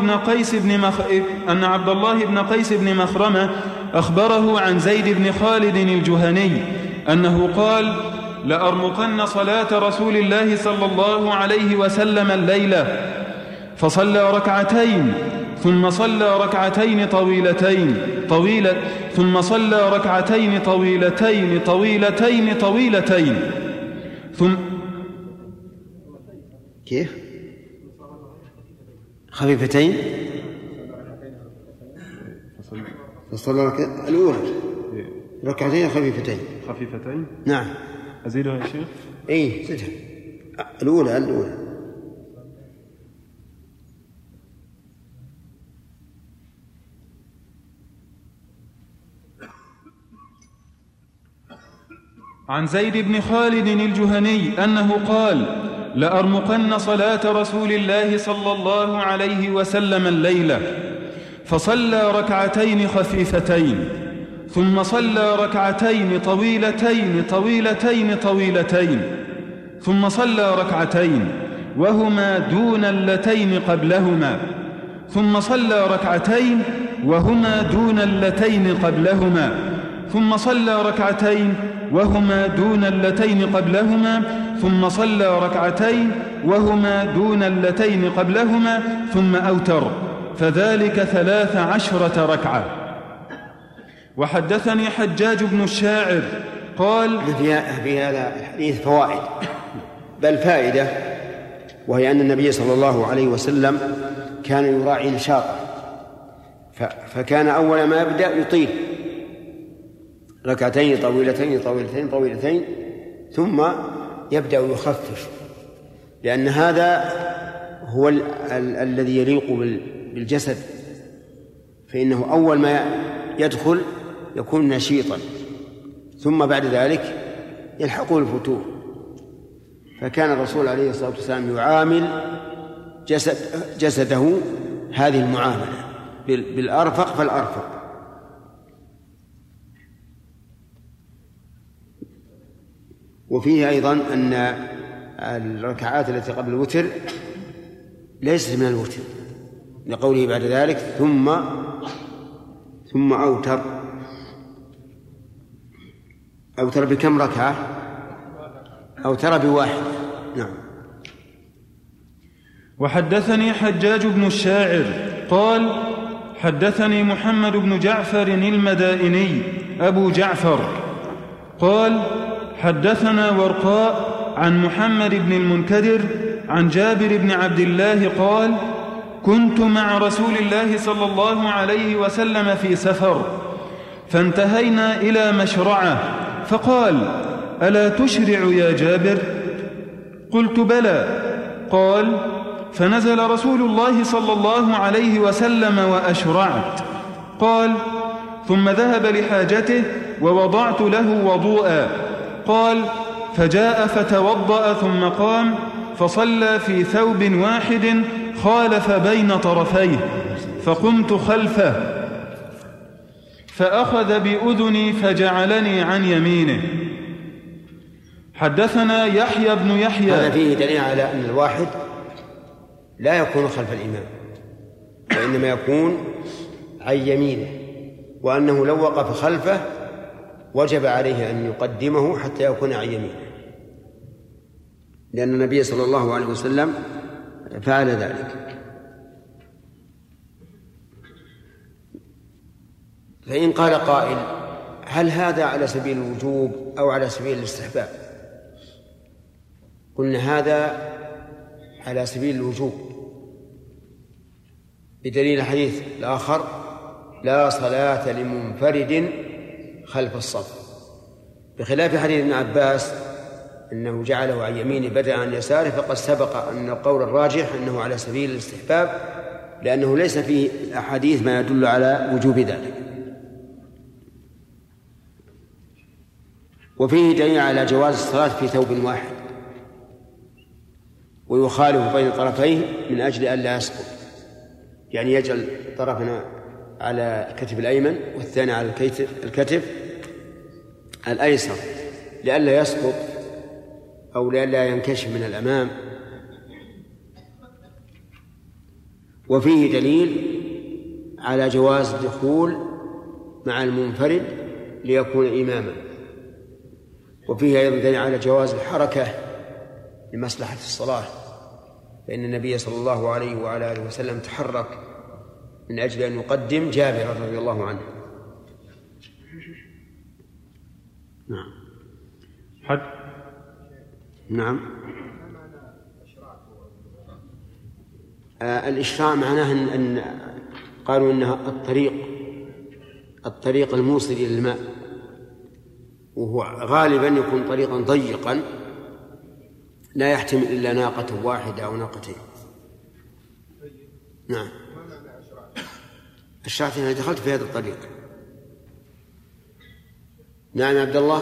بن قيس بن مخرمة أخبره عن زيد بن خالد الجهني أنه قال لأرمقن صلاة رسول الله صلى الله عليه وسلم الليلة، فصلى ركعتين ثم صلى ركعتين طويلتين ثم كيف خفيفتين فصلى الأولى ركعتين خفيفتين نعم. أزيدها يا شيخ؟ إيه زدها الأولى عن زيد بن خالد الجهني أنه قال لأرمقن صلاة رسول الله صلى الله عليه وسلم الليلة، فصلى ركعتين خفيفتين ثم صلى ركعتين طويلتين ثم صلى ركعتين وهما دون اللتين قبلهما ثم صلى ركعتين دون اللتين قبلهما ثم صلى ركعتين دون اللتين قبلهما ثم أوتر، فذلك 13 ركعة. وحدثني حجاج بن الشاعر قال في هذا الحديث فوائد، بل فائدة، وهي أن النبي صلى الله عليه وسلم كان يراعي نشاطه، فكان أول ما يبدأ يطيل ركعتين طويلتين ثم يبدأ يخفف، لأن هذا هو الذي يليق بالجسد، فإنه أول ما يدخل يكون نشيطا، ثم بعد ذلك يلحقه الفتور. فكان الرسول عليه الصلاة والسلام يعامل جسده هذه المعاملة بالأرفق فالأرفق. وفيه أيضا أن الركعات التي قبل الوتر ليست من الوتر، لقوله بعد ذلك ثم أوتر بكم ركعة؟ أوتر بواحد. نعم. وحدثني حجاج بن الشاعر قال حدثني محمد بن جعفر المدائني أبو جعفر قال حدثنا ورقاء عن محمد بن المنكدر عن جابر بن عبد الله قال كنت مع رسول الله صلى الله عليه وسلم في سفر، فانتهينا إلى مشرعة فقال: ألا تشرع يا جابر؟ قلت: بلى. قال: فنزل رسول الله صلى الله عليه وسلم وأشرعت. قال: ثم ذهب لحاجته ووضعت له وضوءا. قال: فجاء فتوضأ ثم قام فصلى في ثوب واحد خالف بين طرفيه، فقمت خلفه فأخذ بأذني فجعلني عن يمينه. حدثنا يحيى بن يحيى. هذا فيه دليل على أن الواحد لا يكون خلف الإمام، وإنما يكون عن يمينه، وأنه لو وقف خلفه وجب عليه أن يقدمه حتى يكون عن يمينه، لأن النبي صلى الله عليه وسلم فعل ذلك. فإن قال قائل: هل هذا على سبيل الوجوب أو على سبيل الاستحباب؟ قلنا هذا على سبيل الوجوب بدليل الحديث الآخر: لا صلاة لمنفرد خلف الصف، بخلاف حديث ابن عباس أنه جعله عن يمينه بدلا عن يساره، فقد سبق أن القول الراجح أنه على سبيل الاستحباب، لأنه ليس في الأحاديث ما يدل على وجوب ذلك. وفيه دليل على جواز الصلاة في ثوب واحد ويخالف بين طرفيه من أجل أن لا يسقط، يعني يجعل طرفنا على الكتف الأيمن والثاني على الكتف الأيسر لئلا يسقط أو لئلا ينكشف من الأمام. وفيه دليل على جواز الدخول مع المنفرد ليكون إماما، وفيه أيضا دليل على جواز الحركة لمصلحة الصلاة، فإن النبي صلى الله عليه وعلى آله وسلم تحرك من أجل أن يقدم جابر رضي الله عنه. نعم. نعم. الإشراع معناه أن قالوا إنها الطريق الموصل إلى الماء، وهو غالبا يكون طريقا ضيقا لا يحتمل إلا ناقة واحدة أو ناقتين. نعم. الشرعت أنا دخلت في هذا الطريق. نعم عبد الله.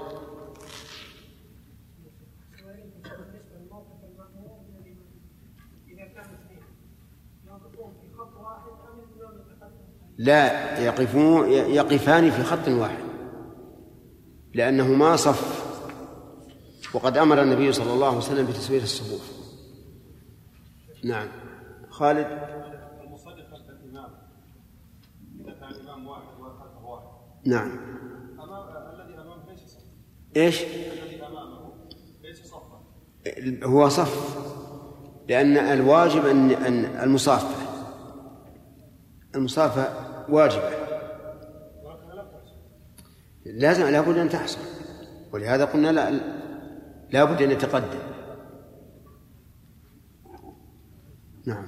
لا، يقفان في خط واحد، لأنه ما صف، وقد أمر النبي صلى الله عليه وسلم بتسوية الصفوف. نعم. خالد. المصلي خلف الإمام إذا كان الإمام واحد وخلفه واحد. نعم. الذي أمامه ليس صف. إيش؟ الذي أمامه ليس صفا. هو صف، لأن الواجب أن المصافة واجبة، لا بد أن تحصل، ولهذا قلنا لا بد أن يتقدم. نعم.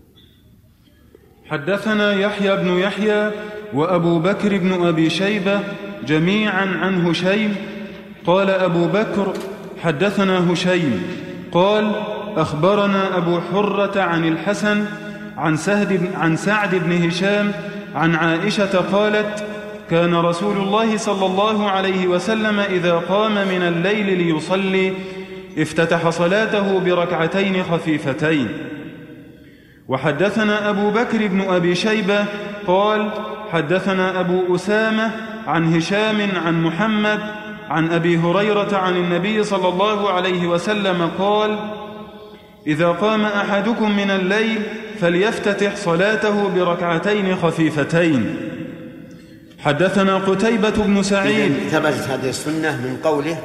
حدثنا يحيى بن يحيى وأبو بكر بن أبي شيبة جميعا عن هشيم قال أبو بكر: حدثنا هشيم قال: أخبرنا أبو حرة عن الحسن عن سعد بن هشام عن عائشة قالت: كان رسول الله صلى الله عليه وسلم إذا قام من الليل ليصلي افتتح صلاته بركعتين خفيفتين. وحدثنا أبو بكر بن أبي شيبة قال: حدثنا أبو أسامة عن هشام عن محمد عن أبي هريرة عن النبي صلى الله عليه وسلم قال: إذا قام أحدكم من الليل فليفتتح صلاته بركعتين خفيفتين. حدثنا قتيبة بن سعيد. ثبتت هذه السنة من قوله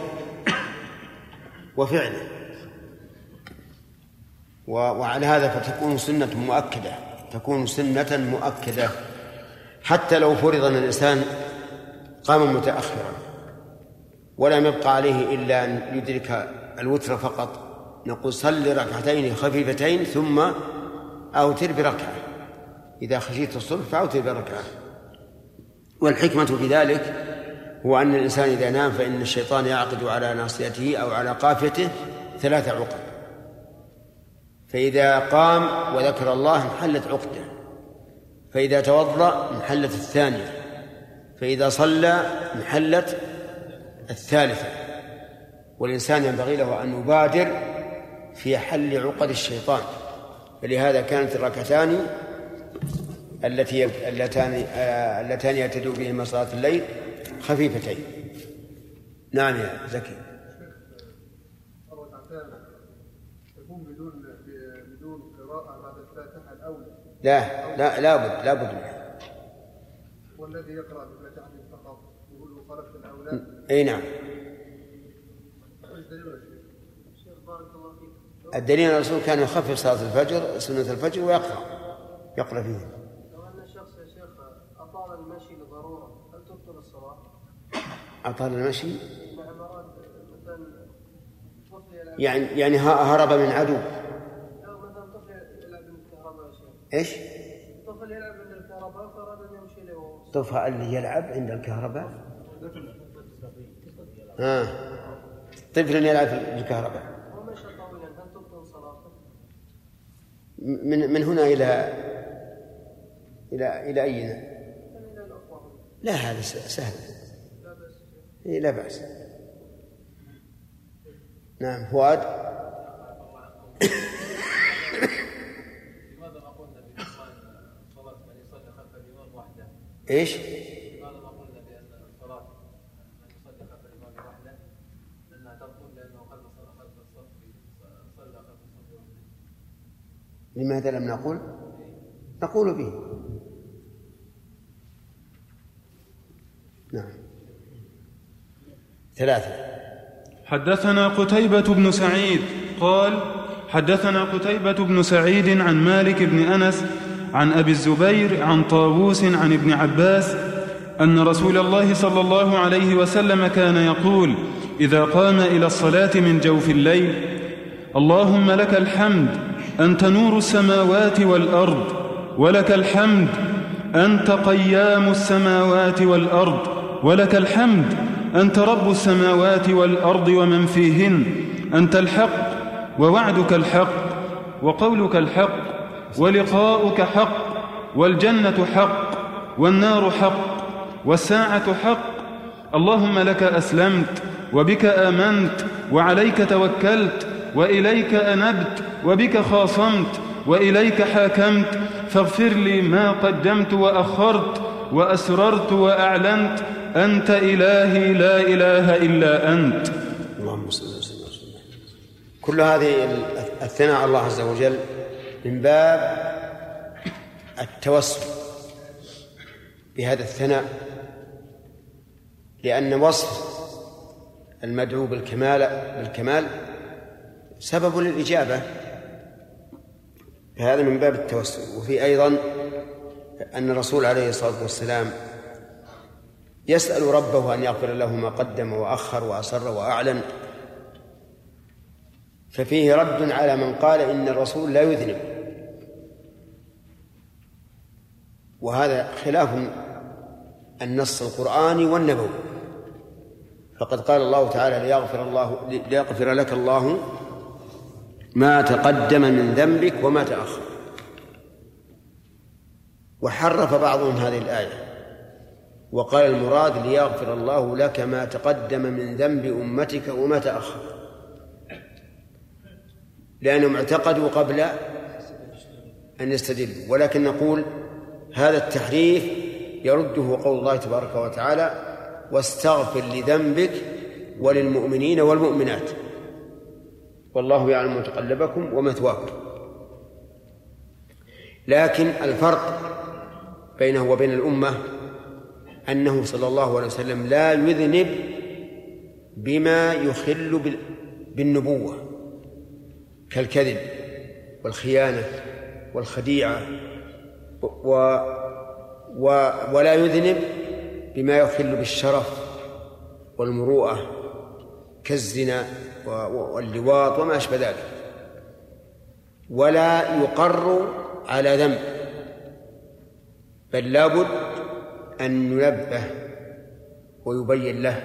وفعله، وعلى هذا فتكون سنة مؤكدة، حتى لو فرض أن الإنسان قام متأخرا ولم يبقى عليه إلا أن يدرك الوتر فقط، نقول صل ركعتين خفيفتين ثم أوتر بركعة، إذا خشيت الصبح فأوتر بركعة. والحكمة في ذلك هو أن الإنسان إذا نام فإن الشيطان يعقد على ناصيته أو على قافيته 3 عقد، فإذا قام وذكر الله انحلت عقدة، فإذا توضأ انحلت 2، فإذا صلى انحلت 3. والإنسان ينبغي له أن يبادر في حل عقد الشيطان، فلهذا كانت الركعتان اللتان يعتدوا بهما صلاة الليل خفيفتين. نعم يا زكي. يكون بدون قراءة بعد الفاتحة الأولى؟ لا بد منها. والذي يقرأ بالفاتحة فقط يقول له خلفت الأولى؟ أي نعم. الدليل أن الرسول كان يخفف صلاة الفجر سنة الفجر ويقرأ فيه. لو أن الشخص يا شيخ أطال المشي لضرورة هل تبطل الصلاة؟ أطال المشي؟ نعم، أراد مثلا طفل يلعب يعني هرب من عدو. أو مثلا طفل يلعب من الكهرباء يا شيخ. إيش؟ طفل يلعب من الكهرباء فأراد أن يمشي له. طفل اللي يلعب عند الكهرباء؟ طفل يلعب في الكهرباء ومشى طويلا هل تبطل صلاته؟ من هنا إلى أين؟ لا، هذا سهل. لا بأس. نعم. فؤاد. لماذا ما قلنا صلاة من يصلي خلف الإمام وحده؟ إيش؟ لماذا ما قلنا بأن الصلاة من يصلي خلف الإمام وحده أنها تبطل لأنه خلف الصف صلى خلف الصف وحده؟ لماذا لم نقول به؟ نعم. 3. حدثنا قتيبة بن سعيد قال حدثنا قتيبة بن سعيد عن مالك بن أنس عن أبي الزبير عن طاووس عن ابن عباس أن رسول الله صلى الله عليه وسلم كان يقول إذا قام إلى الصلاة من جوف الليل: اللهم لك الحمد أنت نور السماوات والأرض، ولك الحمد أنت قيام السماوات والأرض، ولك الحمد أنت رب السماوات والأرض ومن فيهن، أنت الحق ووعدك الحق وقولك الحق ولقاؤك حق والجنة حق والنار حق والساعة حق، اللهم لك أسلمت وبك آمنت وعليك توكلت وإليك أنبت وبك خاصمت وإليك حاكمت، فاغفر لي ما قدمت وأخرت وأسررت وأعلنت، أنت إلهي لا إله إلا أنت. اللهم صل وسلم. كل هذه الثناء على الله عز وجل من باب التوسل بهذا الثناء، لأن وصف المدعو بالكمال سبب للإجابة، فهذا من باب التوسل. وفي أيضا أن الرسول عليه الصلاة والسلام يسأل ربه أن يغفر له ما قدم وأخر وأسر وأعلن، ففيه رد على من قال إن الرسول لا يذنب، وهذا خلاف النص القرآني والنبوي، فقد قال الله تعالى ليغفر لك الله ما تقدم من ذنبك وما تأخر، وحرف بعضهم هذه الآية وقال المراد ليغفر الله لك ما تقدم من ذنب أمتك وما تأخر، لأنهم اعتقدوا قبل أن يستدلوا. ولكن نقول هذا التحريف يرده قول الله تبارك وتعالى: واستغفر لذنبك وللمؤمنين والمؤمنات والله يعلم متقلبكم ومثواكم. لكن الفرق بينه وبين الأمة أنه صلى الله عليه وسلم لا يذنب بما يخل بالنبوة كالكذب والخيانة والخديعة، ولا يذنب بما يخل بالشرف والمروءة كالزنا واللواط وما أشبه ذلك، ولا يقر على ذنب، بل لابد أن ينبه ويبين له.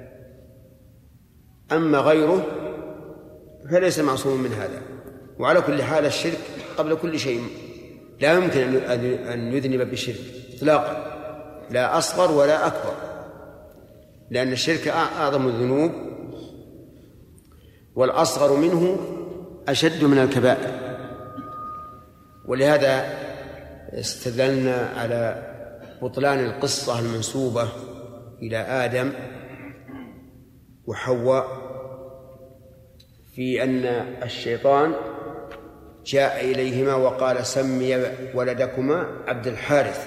أما غيره فليس معصوم من هذا. وعلى كل حال الشرك قبل كل شيء لا يمكن أن يذنب بالشرك إطلاقا، لا أصغر ولا أكبر، لأن الشرك أعظم الذنوب والأصغر منه أشد من الكبائر. ولهذا استدلنا على بطلان القصة المنسوبة إلى آدم وحواء في أن الشيطان جاء إليهما وقال سمي ولدكما عبد الحارث،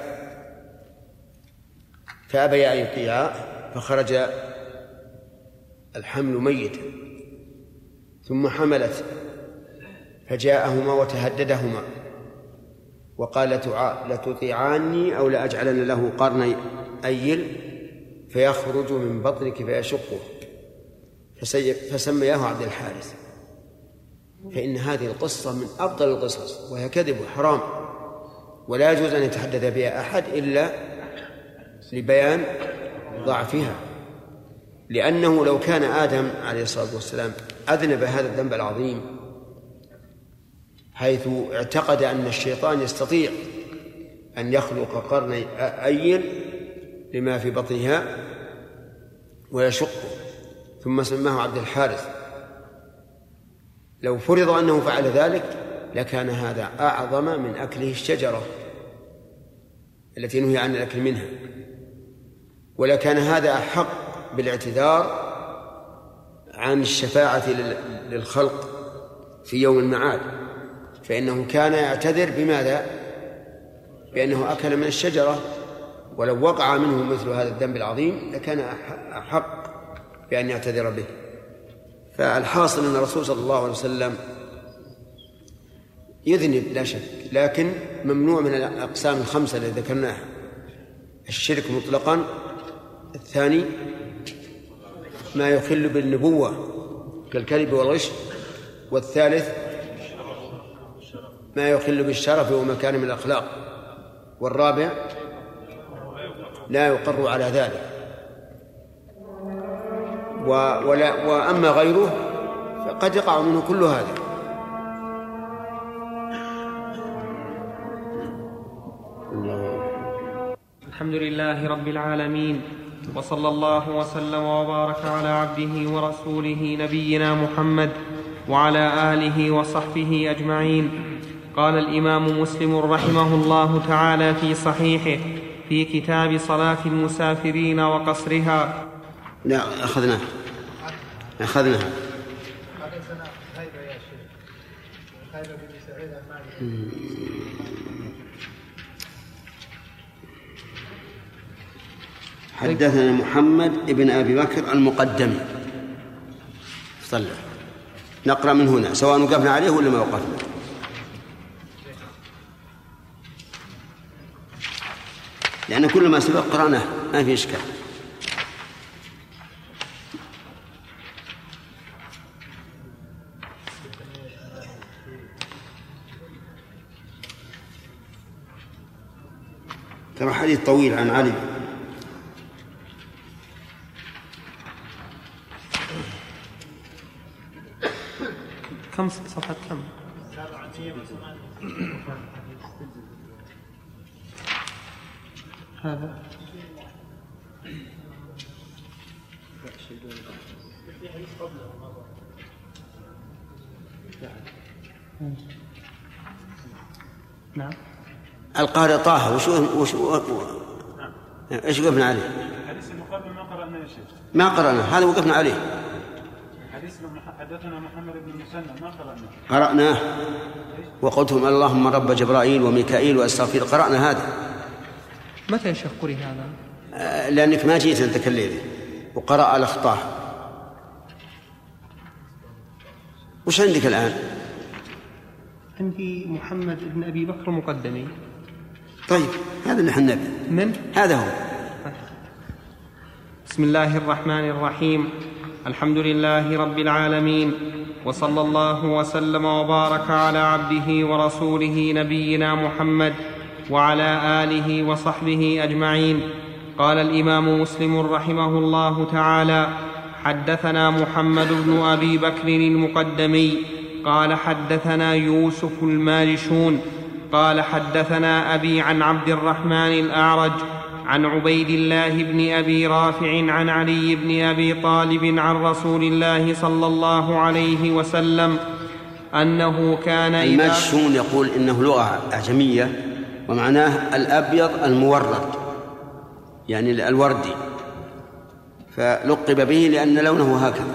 فأبيا أن يطيعا فخرج الحمل ميتا، ثم حملت فجاءهما وتهددهما وقال لتطيعاني أو لأجعلن له قرني أيل فيخرج من بطنك فيشقه، فسمياه عبد الحارث. فإن هذه القصة من أفضل القصص، وهي كذب وحرام، ولا يجوز أن يتحدث بها أحد إلا لبيان ضعفها. لأنه لو كان آدم عليه الصلاة والسلام أذنب هذا الذنب العظيم حيث اعتقد أن الشيطان يستطيع أن يخلق قرني أيل لما في بطنها ويشقه، ثم سماه عبد الحارث، لو فرض أنه فعل ذلك لكان هذا أعظم من أكله الشجرة التي نهي عن الأكل منها، ولكان هذا أحق بالاعتذار عن الشفاعة للخلق في يوم المعاد، فإنه كان يعتذر بماذا؟ بأنه أكل من الشجرة، ولو وقع منه مثل هذا الذنب العظيم لكان أحق بأن يعتذر به. فالحاصل أن الرسول صلى الله عليه وسلم يذنب لا شك، لكن ممنوع من الأقسام الخمسة التي ذكرناها: الشرك مطلقا، الثاني ما يخل بالنبوة كالكذب والغش، والثالث ما يخل بالشرف ومكان من الأخلاق، والرابع لا يقر على ذلك. وأما غيره فقد يقع منه كل هذا. الحمد لله رب العالمين، وصلى الله وسلم وبارك على عبده ورسوله نبينا محمد وعلى آله وصحبه أجمعين. قال الإمام مسلم رحمه الله تعالى في صحيحه في كتاب صلاة المسافرين وقصرها. لا أخذناها حدثنا محمد ابن أبي بكر المقدمي. صلى نقرأ من هنا سواء وقفنا عليه ولا ما وقفنا. لأن كل ما سبق قرأناه ما في إشكال. ترى حديث طويل عن علي. كم صفحة كم؟ هذا نعم. القارئ طه ايش وقفنا عليه؟ الحديث المقابل ما قرأنا يا شيخ. ما قرأنا، هذا وقفنا عليه. حديث حدثنا محمد بن المثنى ما قرأناه وقلتم اللهم رب جبرائيل وميكائيل وإسرافيل، قرأنا هذا. متى يا شيخ قرئ هذا؟ لأنك ما جيت أنت كالليل وقرأ الأخطاء. وش عندك الآن؟ عندي محمد بن أبي بكر مقدمي. طيب هذا اللي حنا من؟ هذا هو. بسم الله الرحمن الرحيم. الحمد لله رب العالمين، وصلى الله وسلم وبارك على عبده ورسوله نبينا محمد وعلى آله وصحبه أجمعين. قال الإمام مسلم رحمه الله تعالى: حدثنا محمد بن أبي بكر المقدمي قال حدثنا يوسف الماجشون قال حدثنا أبي عن عبد الرحمن الأعرج عن عبيد الله بن أبي رافع عن علي بن أبي طالب عن رسول الله صلى الله عليه وسلم أنه كان الماجشون يقول إنه لغة أعجمية ومعناه الأبيض المورد، يعني الوردي، فلقب به لأن لونه هكذا.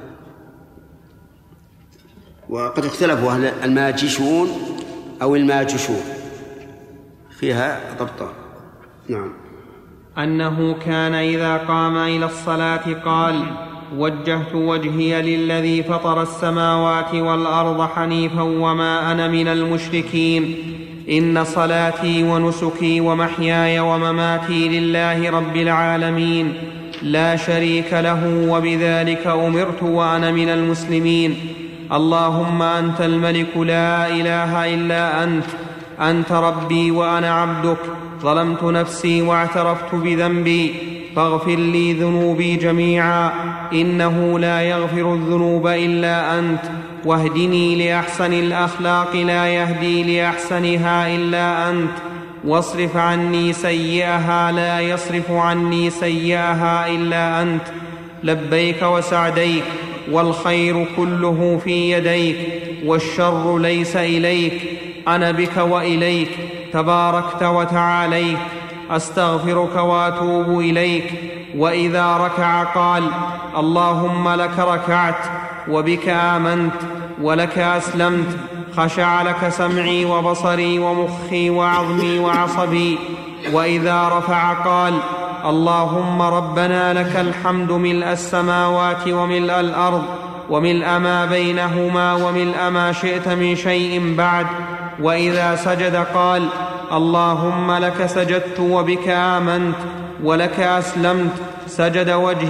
وقد اختلفوا أهل الماجشون أو الماجشون، فيها ضبطان. نعم. أنه كان إذا قام إلى الصلاة قال: وجهت وجهي للذي فطر السماوات والأرض حنيفا وما أنا من المشركين، إن صلاتي ونسكي ومحياي ومماتي لله رب العالمين لا شريك له وبذلك أمرت وأنا من المسلمين. اللهم أنت الملك لا إله إلا أنت ربي وأنا عبدك، ظلمت نفسي واعترفت بذنبي، فاغفر لي ذنوبي جميعا، إنه لا يغفر الذنوب إلا أنت، واهدني لأحسن الأخلاق لا يهدي لأحسنها إلا أنت، واصرف عني سيئها لا يصرف عني سيئها إلا أنت، لبيك وسعديك، والخير كله في يديك، والشر ليس إليك، أنا بك وإليك، تباركت وتعاليت، أستغفرك وأتوب إليك. وإذا ركع قال: اللهم لك ركعت وبك آمنت ولك أسلمت، خشع لك سمعي وبصري ومخي وعظمي وعصبي. وإذا رفع قال: اللهم ربنا لك الحمد ملء السماوات وملء الأرض وملء ما بينهما وملء ما شئت من شيء بعد. وإذا سجد قال: اللهم لك سجدت وبك آمنت ولك أسلمت، سجد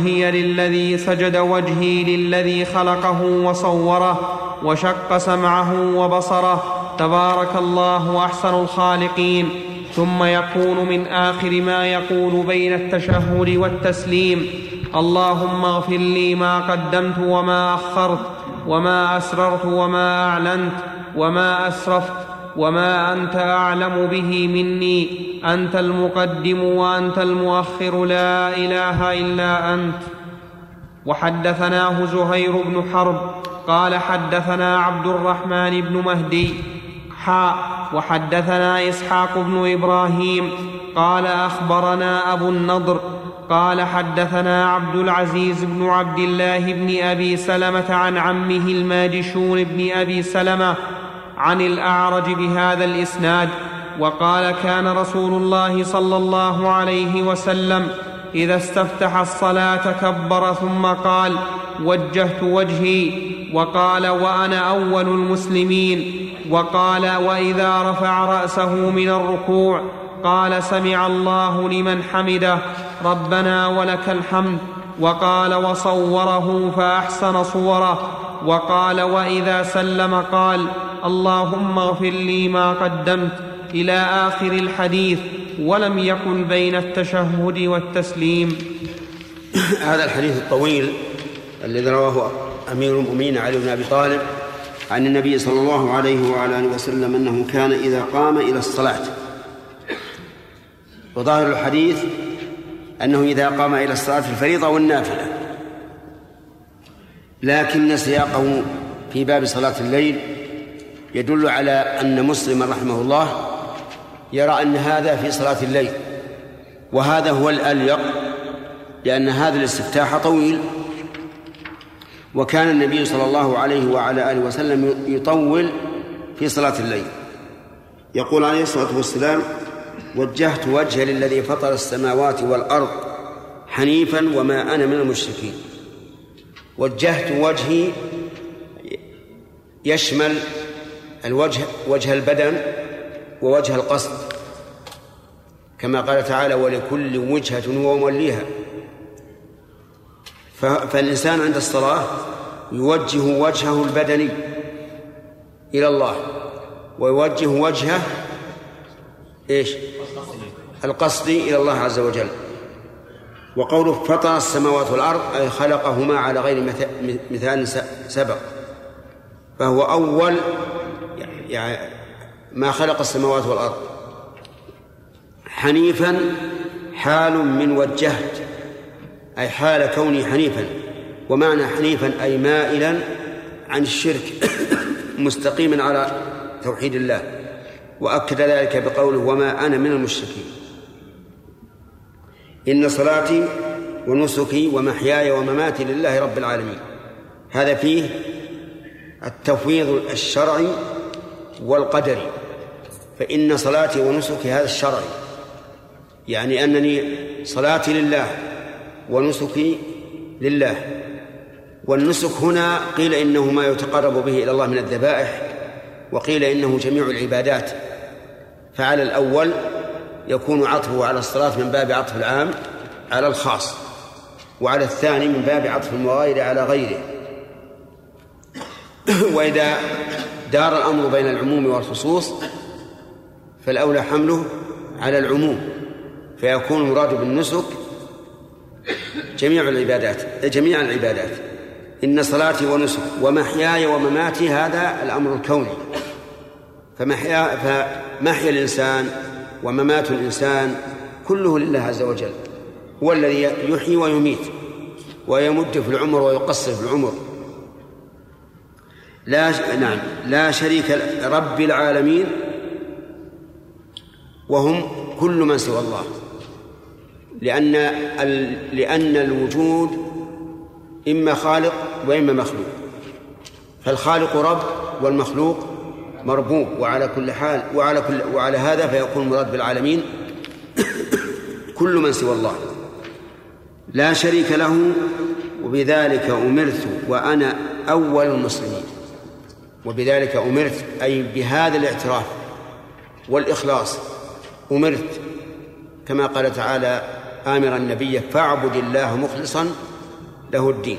وجهي للذي خلقه وصوره وشق سمعه وبصره، تبارك الله أحسن الخالقين. ثم يقول من آخر ما يقول بين التشهد والتسليم: اللهم اغفر لي ما قدمت وما أخرت وما أسررت وما أعلنت وما أسرفت وما أنت أعلم به مني، أنت المقدم وأنت المؤخر، لا إله إلا أنت. وحدثناه زهير بن حرب قال حدثنا عبد الرحمن بن مهدي وحدثنا إسحاق بن إبراهيم قال أخبرنا أبو النضر قال حدثنا عبد العزيز بن عبد الله بن أبي سلمة عن عمه الماجشون بن أبي سلمة عن الأعرج بهذا الإسناد. وقال: كان رسول الله صلى الله عليه وسلم إذا استفتح الصلاة كبر ثم قال: وجهت وجهي، وقال: وأنا أول المسلمين، وقال: وإذا رفع رأسه من الركوع قال: سمع الله لمن حمده، ربنا ولك الحمد، وقال: وصوره فأحسن صوره، وقال: وإذا سلم قال: اللهم اغفر لي ما قدمت، إلى آخر الحديث، ولم يكن بين التشهد والتسليم. هذا الحديث الطويل الذي رواه أمير المؤمنين علي بن أبي طالب عن النبي صلى الله عليه وعلى آله وسلم أنه كان إذا قام إلى الصلاة، وظاهر الحديث أنه إذا قام إلى الصلاة في الفريضة والنافلة، لكن سياقه في باب صلاة الليل يدل على أن مسلم رحمه الله يرى أن هذا في صلاة الليل، وهذا هو الأليق، لأن هذا الاستفتاح طويل، وكان النبي صلى الله عليه وعلى آله وسلم يطول في صلاة الليل. يقول عليه الصلاة والسلام: وجهت وجهي للذي فطر السماوات والأرض حنيفا وما أنا من المشركين. وجهت وجهي يشمل الوجه، وجه البدن ووجه القصد، كما قال تعالى: ولكل وجهة هو موليها. فالإنسان عند الصلاة يوجه وجهه البدني إلى الله، ويوجه وجهه القصدي إلى الله عز وجل. وقوله فطر السماوات والأرض أي خلقهما على غير مثال سبق، فهو أول يعني ما خلق السماوات والأرض. حنيفا حال من وجهت، أي حال كوني حنيفا، ومعنى حنيفا أي مائلا عن الشرك مستقيما على توحيد الله، وأكد ذلك بقوله وما أنا من المشركين. إن صلاتي ونسكي ومحياي ومماتي لله رب العالمين. هذا فيه التفويض الشرعي والقدري. فإن صلاتي ونسكي هذا الشرعي، يعني أنني صلاتي لله ونسكي لله. والنسك هنا قيل إنه ما يتقرب به إلى الله من الذبائح، وقيل إنه جميع العبادات، فعلى الأول يكون عطفه على الصلاة من باب عطف العام على الخاص، وعلى الثاني من باب عطف المغاير على غيره. وإذا دار الأمر بين العموم والخصوص فالأولى حمله على العموم، فيكون المراد بالنسك جميع العبادات. إن صلاتي ونسك ومحياي ومماتي هذا الأمر الكوني، فمحيا الإنسان وممات الإنسان كله لله عز وجل، هو الذي يحيي ويميت ويمد في العمر ويقصر في العمر. لا شريك رب العالمين، وهم كل من سوى الله، لأن الوجود إما خالق وإما مخلوق، فالخالق رب والمخلوق مربوب، وعلى كل حال وعلى هذا فيكون مراد بالعالمين كل من سوى الله لا شريك له. وبذلك أمرت وأنا أول المسلمين. وبذلك أمرت أي بهذا الاعتراف والإخلاص أمرت، كما قال تعالى آمرا النبي فاعبد الله مخلصا له الدين.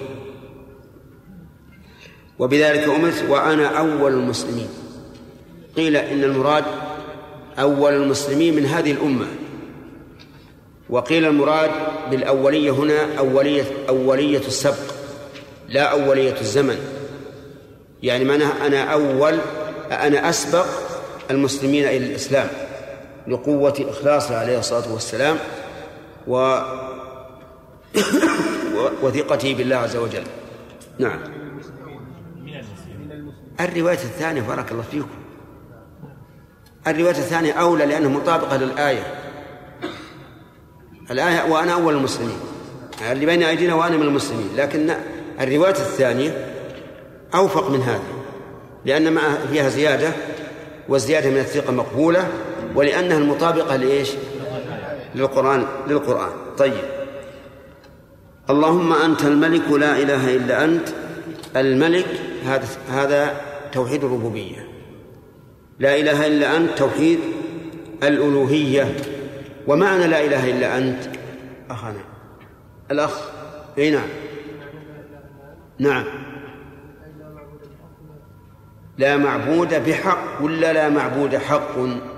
وبذلك أمرت وأنا أول المسلمين. قيل إن المراد أول المسلمين من هذه الأمة، وقيل المراد بالأولية هنا أولية السبق لا أولية الزمن، يعني معناها أنا أسبق المسلمين إلى الإسلام لقوة إخلاصه عليه الصلاة والسلام وثقته بالله عز وجل. نعم. الرواية الثانية بارك الله فيكم، الرواية الثانية أولى لأنها مطابقة للآية. الآية وأنا أول المسلمين اللي بين أيدينا وأنا من المسلمين، لكن الرواية الثانية أوفق من هذه لأن فيها زيادة، والزيادة من الثقة مقبولة، ولأنها المطابقة لإيش؟ للقرآن. طيب. اللهم أنت الملك لا إله إلا أنت. الملك هذا توحيد الربوبية، لا إله إلا أنت توحيد الألوهية. ومعنى لا إله إلا أنت أخانا الأخ نعم لا معبود بحق ولا لا معبود حق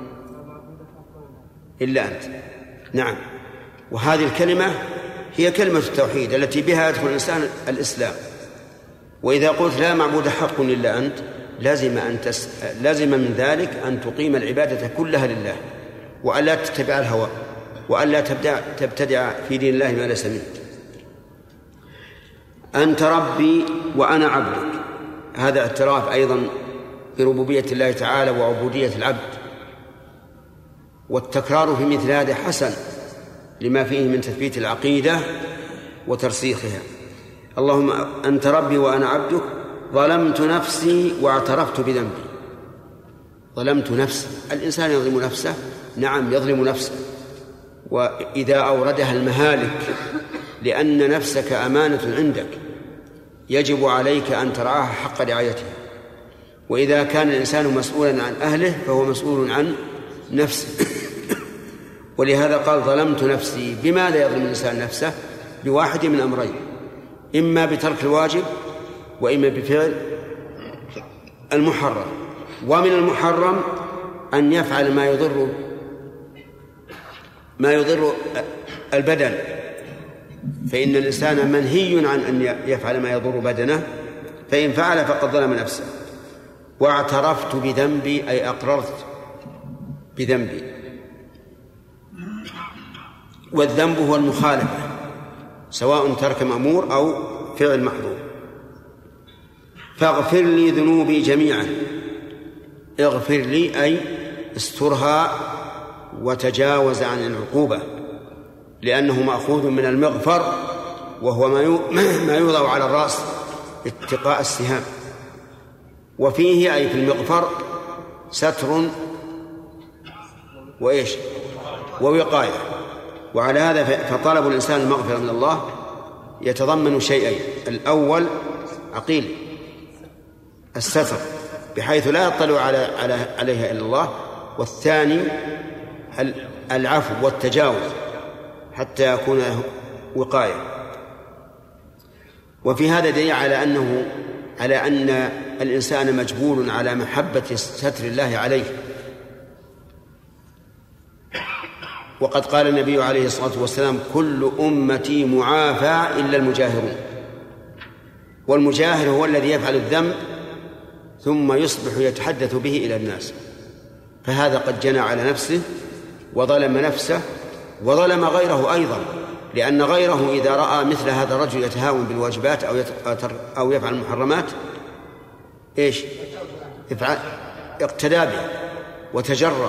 إلا أنت. نعم. وهذه الكلمة هي كلمة التوحيد التي بها يدخل الإنسان الإسلام. وإذا قلت لا معبود حق إلا أنت لازم من ذلك أن تقيم العبادة كلها لله، وألا تتبع الهوى، وألا تبتدع في دين الله ما ليس منه. أنت ربي وأنا عبدك، هذا اعتراف أيضا بربوبية الله تعالى وعبودية العبد، والتكرار في مثل هذا حسن لما فيه من تثبيت العقيدة وترسيخها. اللهم أنت ربي وأنا عبدك ظلمت نفسي واعترفت بذنبي. ظلمت نفسي، الإنسان يظلم نفسه، نعم يظلم نفسه، وإذا أوردها المهالك، لأن نفسك أمانة عندك يجب عليك أن ترعاها حق رعايتها. وإذا كان الإنسان مسؤولا عن أهله فهو مسؤول عن نفسه. ولهذا قال ظلمت نفسي. بماذا يظلم الإنسان نفسه؟ بواحد من أمرين، إما بترك الواجب وإما بفعل المحرم. ومن المحرم أن يفعل ما يضر البدن فإن الإنسان منهي عن أن يفعل ما يضر بدنه، فإن فعل فقد ظلم نفسه. واعترفت بذنبي أي أقررت بذنبي. والذنب هو المخالفة، سواء ترك مأمور أو فعل محظور. فاغفر لي ذنوبي جميعا. اغفر لي أي استرها وتجاوز عن العقوبة، لأنه مأخوذ من المغفر، وهو ما يوضع على الرأس اتقاء السهام. وفيه أي في المغفر ستر وإيش ووقاية. وعلى هذا فطلب الإنسان المغفرة من الله يتضمن شيئين: الأول عقيل الستر بحيث لا يطلع عليها إلا الله، والثاني العفو والتجاوز حتى يكون وقاية. وفي هذا دليل على أن الإنسان مجبول على محبة ستر الله عليه. وقد قال النبي عليه الصلاة والسلام: كل أمتي معافى إلا المجاهرون. والمجاهر هو الذي يفعل الذنب ثم يصبح يتحدث به إلى الناس، فهذا قد جنى على نفسه وظلم نفسه وظلم غيره أيضا، لأن غيره إذا رأى مثل هذا الرجل يتهاون بالواجبات أو يفعل المحرمات إيش يفعل؟ اقتدى به وتجرأ.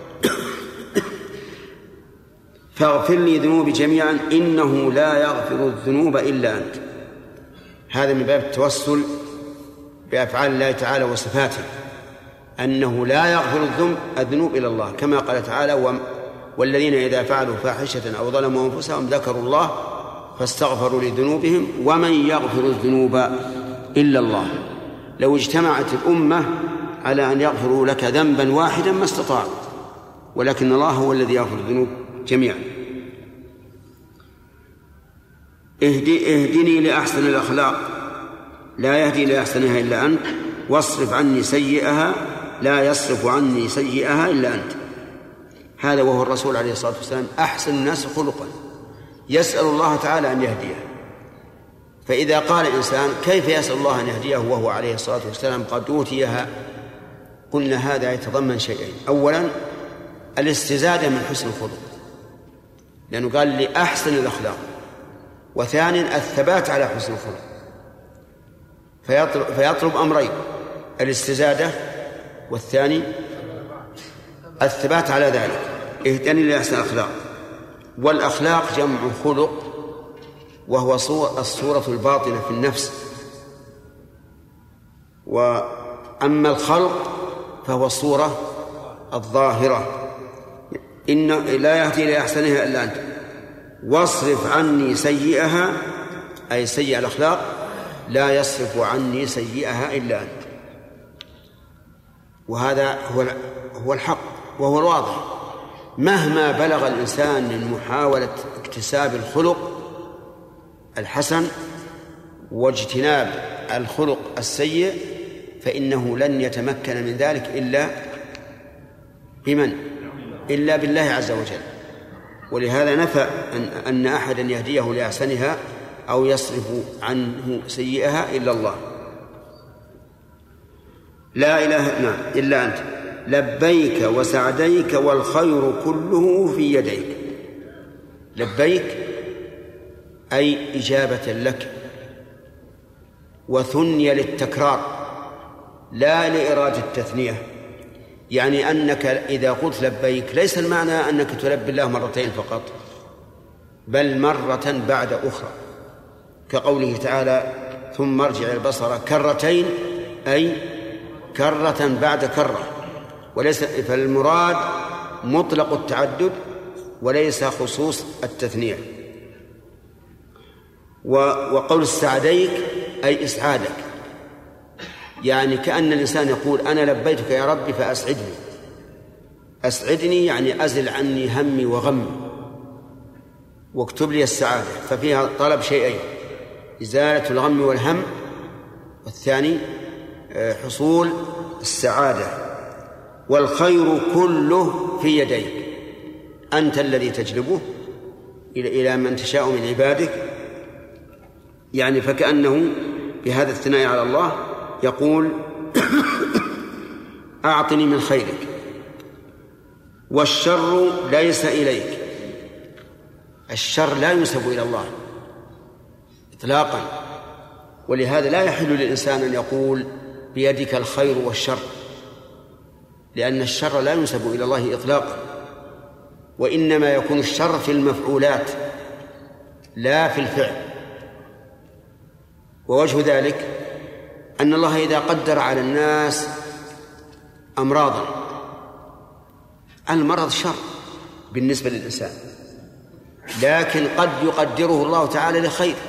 فاغفر لي ذنوبي جميعا إنه لا يغفر الذنوب إلا أنت. هذا من باب التوسل بأفعال الله تعالى وصفاته، أنه لا يغفر الذنوب إلا الله، كما قال تعالى: والذين إذا فعلوا فاحشة أو ظلموا أنفسهم ذكروا الله فاستغفروا لذنوبهم ومن يغفر الذنوب إلا الله. لو اجتمعت الأمة على أن يغفروا لك ذنبا واحدا ما استطاعوا، ولكن الله هو الذي يغفر الذنوب جميعا. اهدني لأحسن الأخلاق لا يهدي لأحسنها إلا أنت، واصرف عني سيئها لا يصرف عني سيئها إلا أنت. هذا وهو الرسول عليه الصلاة والسلام أحسن الناس خلقا، يسأل الله تعالى أن يهديه. فإذا قال الإنسان: كيف يسأل الله أن يهديه وهو عليه الصلاة والسلام قد أوتيها؟ قلنا هذا يتضمن شيئين: أولا الاستزادة من حسن الخلق، لأنه قال لأحسن الأخلاق، وثانيا الثبات على حسن الخلق، فيطلب أمرين: الاستزادة والثاني الثبات على ذلك. اهدني لأحسن الأخلاق. والأخلاق جمع خلق، وهو الصورة الباطنة في النفس. وأما الخلق فهو الصورة الظاهرة. إن لا يهدي لأحسنها إلا أنت، واصرف عني سيئها أي سيئة الأخلاق لا يصرف عني سيئها إلا أنت. وهذا هو الحق وهو الواضح. مهما بلغ الإنسان من محاولة اكتساب الخلق الحسن واجتناب الخلق السيء فإنه لن يتمكن من ذلك إلا بالله عز وجل. ولهذا نفى أن أحدا يهديه لأحسنها أو يصرف عنه سيئها إلا الله. لا إله إلا أنت لبيك وسعديك والخير كله في يديك. لبيك أي إجابة لك، وثني للتكرار لا لإرادة التثنية، يعني أنك إذا قلت لبيك ليس المعنى أنك تلبي الله مرتين فقط، بل مرة بعد أخرى، كقوله تعالى: ثم ارجع البصر كرتين، أي كرة بعد كرة. وليس فالمراد مطلق التعدد وليس خصوص التثنية. وقول السعديك أي إسعادك، يعني كأن الإنسان يقول: أنا لبيتك يا ربي فأسعدني. أسعدني يعني أزل عني همي وغمي واكتب لي السعادة. ففيها طلب شيئين: إزالة الغم والهم، والثاني حصول السعادة. والخير كله في يديك، أنت الذي تجلبه إلى من تشاء من عبادك، يعني فكأنه بهذا الثناء على الله يقول أعطني من خيرك، والشر ليس إليك. الشر لا ينسب إلى الله إطلاقا، ولهذا لا يحل للإنسان أن يقول بيدك الخير والشر، لأن الشر لا ينسب إلى الله إطلاقا، وإنما يكون الشر في المفعولات لا في الفعل. ووجه ذلك أن الله إذا قدر على الناس أمراضا، المرض شر بالنسبة للإنسان، لكن قد يقدره الله تعالى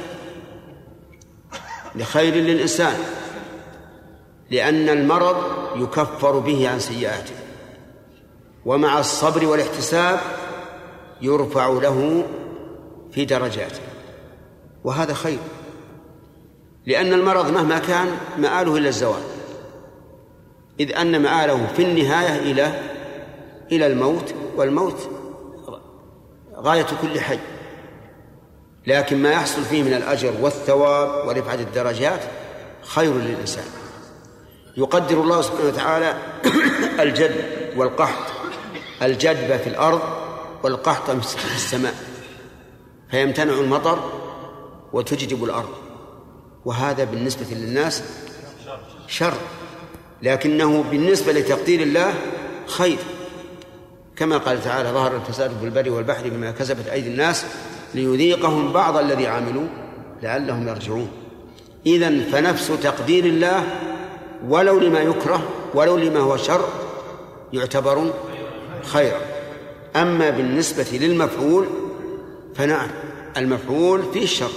لخير للإنسان، لأن المرض يكفر به عن سيئاته، ومع الصبر والاحتساب يرفع له في درجاته، وهذا خير، لأن المرض مهما كان مآله إلى الزوال، إذ أن مآله في النهاية إلى الموت، والموت غاية كل حي، لكن ما يحصل فيه من الأجر والثواب ورفعة الدرجات خير للإنسان. يقدر الله سبحانه وتعالى الجد والقحط، الجدب في الأرض والقحط في السماء، فيمتنع المطر وتجدب الأرض، وهذا بالنسبة للناس شر، لكنه بالنسبة لتقدير الله خير، كما قال تعالى ظهر الفساد في البر والبحر بما كسبت أيدي الناس ليذيقهم بعض الذي عملوا لعلهم يرجعون. إذن فنفس تقدير الله ولو لما يكره ولو لما هو شر يعتبر خيرا. أما بالنسبة للمفعول فنعم، المفعول فيه الشر،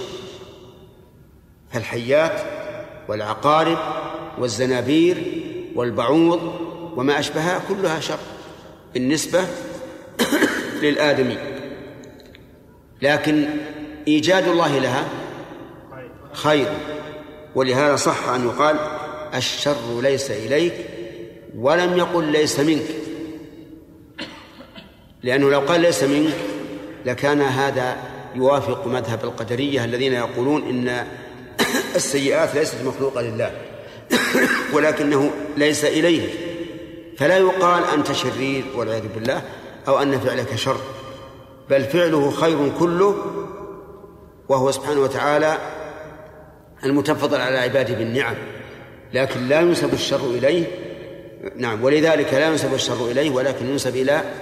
فالحيات والعقارب والزنابير والبعوض وما أشبهها كلها شر بالنسبة للآدمي، لكن إيجاد الله لها خير، ولهذا صح أن يقال الشر ليس إليك، ولم يقل ليس منك، لأنه لو قال ليس منك لكان هذا يوافق مذهب القدرية الذين يقولون إن السيئات ليست مخلوقة لله ولكنه ليس إليه، فلا يقال أنت شرير والعياذ بالله أو أن فعلك شر، بل فعله خير كله، وهو سبحانه وتعالى المتفضل على عباده بالنعم، لكن لا ينسب الشر إليه. نعم، ولذلك لا ينسب الشر إليه ولكن ينسب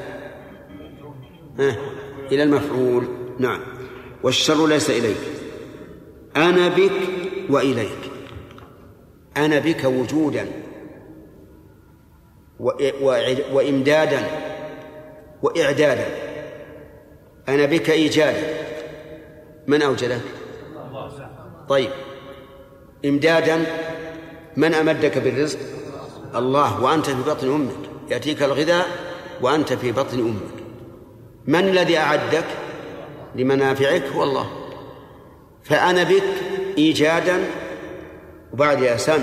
إلى المفعول. نعم، والشر ليس إليك، أنا بك وإليك. أنا بك وجودا وإمدادا وإعدادا. أنا بك إيجادا، من أوجدك؟ طيب، إمدادا من أمدك بالرزق؟ الله، وأنت في بطن أمك، يأتيك الغذاء وأنت في بطن أمك. من الذي أعدك لمنافعك؟ هو الله. فأنا بك إيجادا، وبعد يا سامي،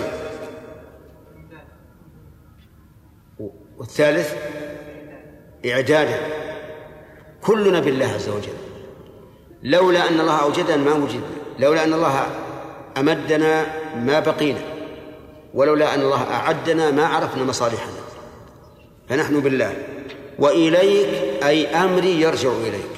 والثالث إعدادا. كلنا بالله عز وجل، لولا أن الله أوجدنا ما وجدنا، لولا أن الله أمدنا ما بقينا، ولولا أن الله أعدنا ما عرفنا مصالحنا، فنحن بالله. وإليك أي أمري يرجع إليك،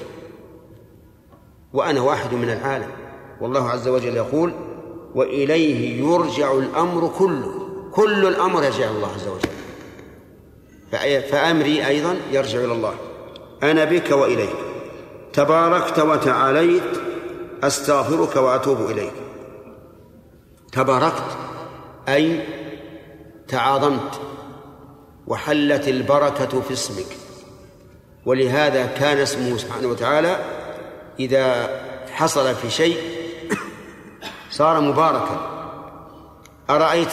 وأنا واحد من العالم، والله عز وجل يقول وإليه يرجع الأمر كله، كل الأمر يرجع إلى الله عز وجل، فأمري أيضا يرجع إلى الله. أنا بك وإليك، تباركت وتعاليت، أستغفرك وأتوب إليك. تباركت أي تعاظمت، وحلت البركة في اسمك، ولهذا كان اسمه سبحانه وتعالى إذا حصل في شيء صار مباركا. أرأيت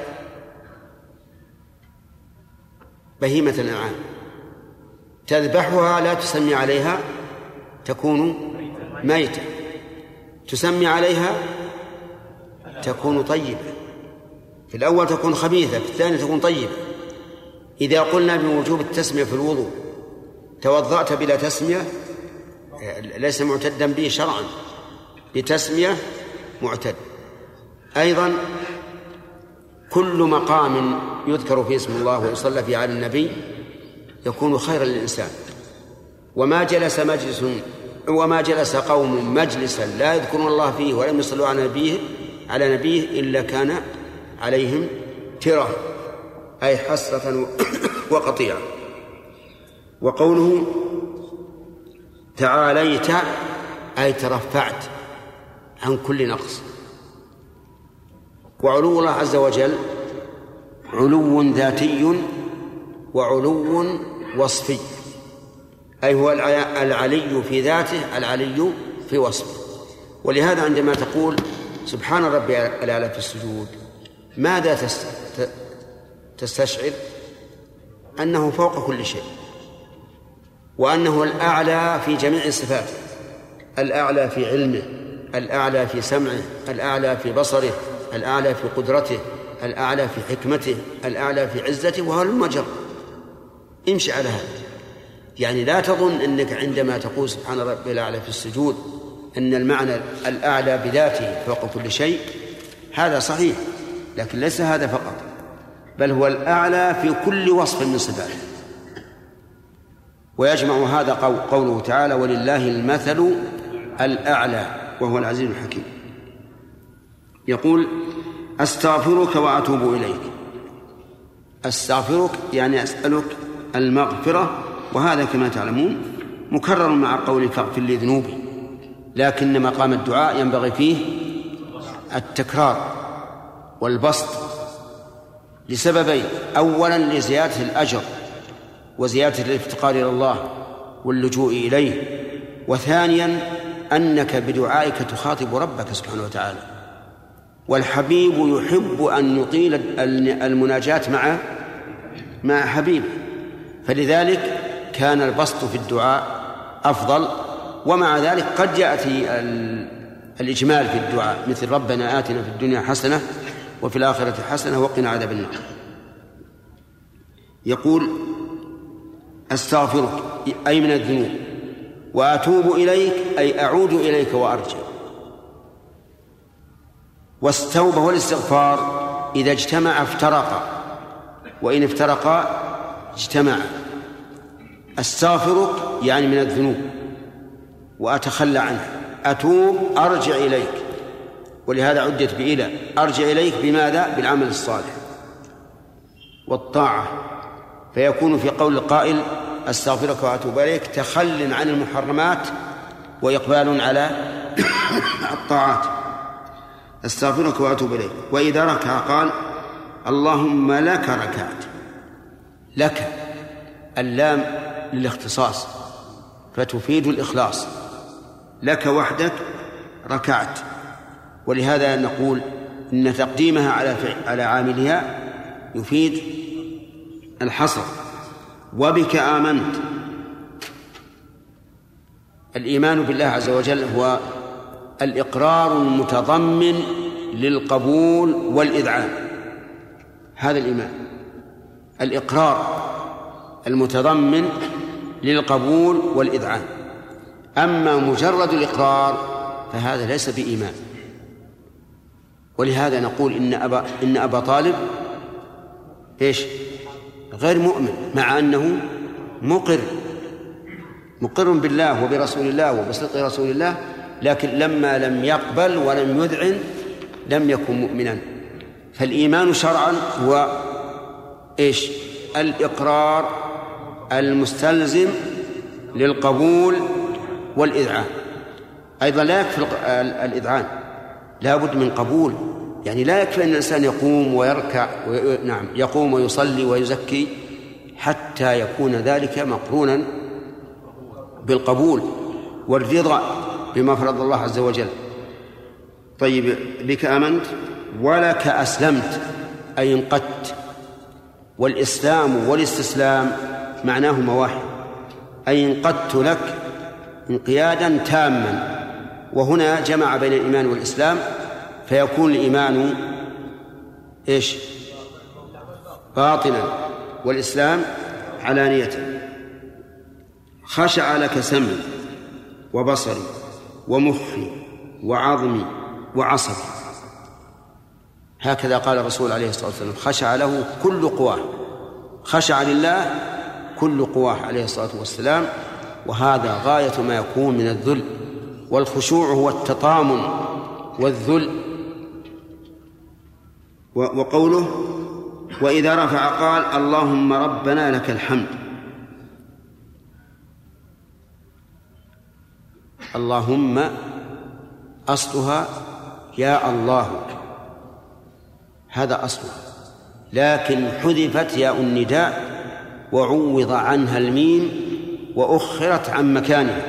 بهيمة الأنعام تذبحها لا تسمي عليها تكون ميتة، تسمي عليها تكون طيبة، في الأول تكون خبيثة، في الثاني تكون طيبة. إذا قلنا بوجوب التسمية في الوضوء توضأت بلا تسمية ليس معتدا به شرعا، بتسمية معتد. أيضا كل مقام يذكر فيه اسم الله ويصلى فيه على النبي يكون خيرا للإنسان. وما جلس قوم مجلسا لا يذكرون الله فيه ولم يصلوا على نبيه إلا كان عليهم ترة، أي حسرة وقطيعة. وقوله تعاليت أي ترفعت عن كل نقص. وعلو الله عز وجل علو ذاتي وعلو وصفي، أي هو العلي في ذاته العلي في وصفه. ولهذا عندما تقول سبحان ربي الأعلى في السجود ماذا تستشعر؟ أنه فوق كل شيء، وأنه الأعلى في جميع صفاته، الأعلى في علمه، الأعلى في سمعه، الأعلى في بصره، الأعلى في قدرته، الأعلى في حكمته، الأعلى في عزته، وهو المجر. امشي على هذا. يعني لا تظن أنك عندما تقول سبحان ربي الأعلى في السجود أن المعنى الأعلى بذاته فوق كل شيء، هذا صحيح، لكن ليس هذا فقط، بل هو الأعلى في كل وصف من صفاته. ويجمع هذا قوله تعالى ولله المثل الأعلى وهو العزيز الحكيم. يقول أستغفرك وأتوب إليك. أستغفرك يعني أسألك المغفرة، وهذا كما تعلمون مكرر مع قول فاغفر لي ذنوبي، لكن مقام الدعاء ينبغي فيه التكرار والبسط لسببين: أولا لزيادة الأجر وزيادة الافتقار إلى الله واللجوء إليه، وثانيا أنك بدعائك تخاطب ربك سبحانه وتعالى، والحبيب يحب أن يطيل المناجاة مع حبيبه، فلذلك كان البسط في الدعاء أفضل. ومع ذلك قد يأتي الإجمال في الدعاء، مثل ربنا آتنا في الدنيا حسنة وفي الآخرة حسنة وقنا عذاب النار. يقول أستغفرك أي من الذنوب، وأتوب إليك أي أعود إليك وأرجع. والتوبة والاستغفار إذا اجتمع افترقا، وإن افترقا اجتمع. أستغفرك يعني من الذنوب وأتخلى عنها، أتوب أرجع إليك، ولهذا عدت بإلى. أرجع إليك بماذا؟ بالعمل الصالح والطاعة، فيكون في قول القائل أستغفرك وأتوب إليك تخل عن المحرمات وإقبال على الطاعات. أستغفرك وأتوب إليك. وإذا ركع قال اللهم لك ركعت. لك اللام للاختصاص فتفيد الإخلاص، لك وحدك ركعت. ولهذا نقول إن تقديمها على عاملها يفيد الحصر. وبك آمنت. الإيمان بالله عز وجل هو الإقرار المتضمن للقبول والإذعان، هذا الإيمان، الإقرار المتضمن للقبول والإذعان. أما مجرد الإقرار فهذا ليس بإيمان. ولهذا نقول إن أبا طالب غير مؤمن، مع أنه مقر بالله وبرسول الله وبصدق رسول الله، لكن لما لم يقبل ولم يذعن لم يكن مؤمنا. فالإيمان شرعا هو الإقرار المستلزم للقبول والإذعان. أيضا لا يكفي الإذعان، لا بد من قبول. يعني لا يكفي أن الإنسان يقوم ويركع يقوم ويصلي ويزكي حتى يكون ذلك مقرونا بالقبول والرضا بما فرض الله عز وجل. طيب، بك آمنت ولك أسلمت أي انقدت. والإسلام والاستسلام معناهما واحد، أي انقدت لك انقيادا تاما. وهنا جمع بين الإيمان والإسلام، فيكون الإيمان باطنا والإسلام علانية. خشع لك سمعي وبصري ومخي وعظمي وعصبي. هكذا قال الرسول عليه الصلاة والسلام: خشع له كل قواه، خشع لله كل قواه عليه الصلاة والسلام. وهذا غاية ما يكون من الذل، والخشوع هو التطامن والذل. وقوله: وإذا رفع قال: اللهم ربنا لك الحمد. اللهم أصلها يا الله، هذا أصلها، لكن حذفت ياء النداء وعوض عنها الميم وأخرت عن مكانها.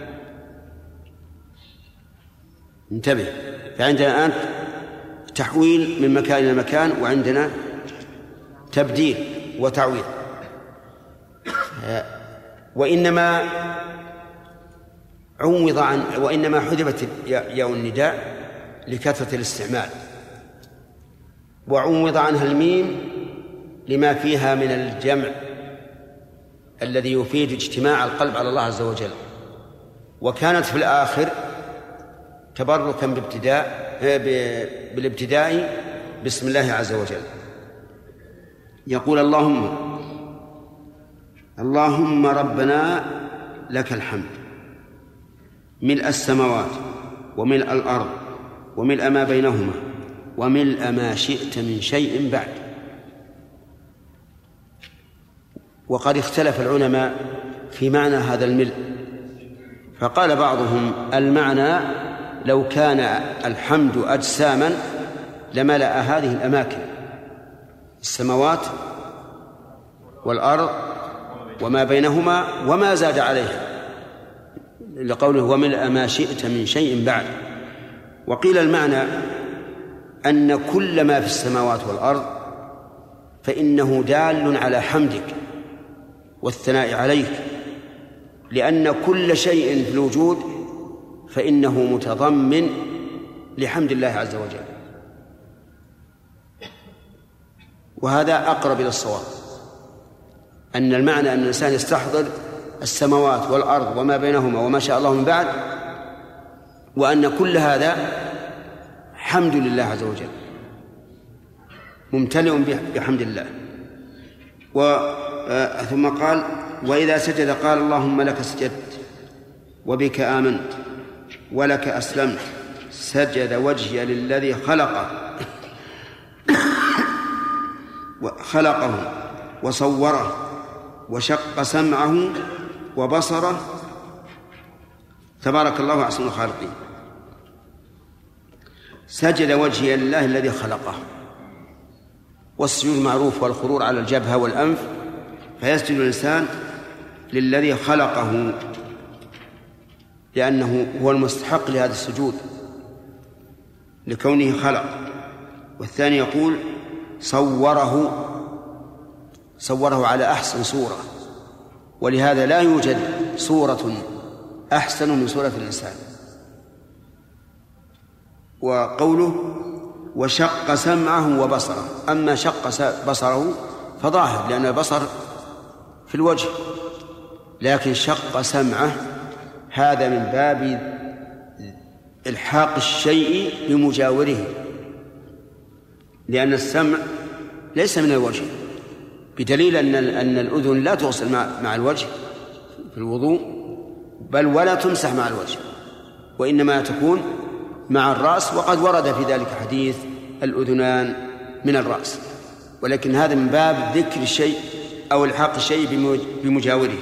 انتبه، فعندنا الآن تحويل من مكان إلى مكان، وعندنا تبديل وتعويض. وإنما حذفت ياء النداء لكثرة الاستعمال، وعوض عنها الميم لما فيها من الجمع الذي يفيد اجتماع القلب على الله عز وجل. وكانت في الآخر تبركا بالابتداء بسم الله عز وجل. يقول: اللهم ربنا لك الحمد ملء السماوات وملء الأرض وملء ما بينهما وملء ما شئت من شيء بعد. وقد اختلف العلماء في معنى هذا الملء، فقال بعضهم: المعنى لو كان الحمد أجساما لملأ هذه الأماكن، السماوات والأرض وما بينهما وما زاد عليها، لقوله: وملء ما شئت من شيء بعد. وقيل المعنى أن كل ما في السماوات والأرض فإنه دال على حمدك والثناء عليك، لأن كل شيء في الوجود فإنه متضمن لحمد الله عز وجل. وهذا أقرب إلى الصواب، أن المعنى أن الإنسان يستحضر السماوات والأرض وما بينهما وما شاء الله من بعد، وأن كل هذا حمد لله عز وجل، ممتلئ بحمد الله. ثم قال: وإذا سجد قال: اللهم لك سجدت وبك آمنت ولك أسلمت، سجد وجهي للذي خلقه وصوره وشق سمعه وبصره، تبارك الله أحسن الخالقين. سجد وجهي لله الذي خلقه، والسجود معروف، والخرور على الجبهة والأنف، فيسجد الإنسان للذي خلقه لأنه هو المستحق لهذا السجود لكونه خلق. والثاني يقول: صوره على أحسن صورة، ولهذا لا يوجد صورة أحسن من صورة الإنسان. وقوله: وشق سمعه وبصره، أما شق بصره فظاهر لأن البصر في الوجه، لكن شق سمعه هذا من باب إلحاق الشيء بمجاوره، لأن السمع ليس من الوجه، بدليل أن الأذن لا تغسل مع الوجه في الوضوء، بل ولا تمسح مع الوجه، وإنما تكون مع الرأس. وقد ورد في ذلك حديث الأذنان من الرأس، ولكن هذا من باب ذكر الشيء أو الحاق الشيء بمجاوره.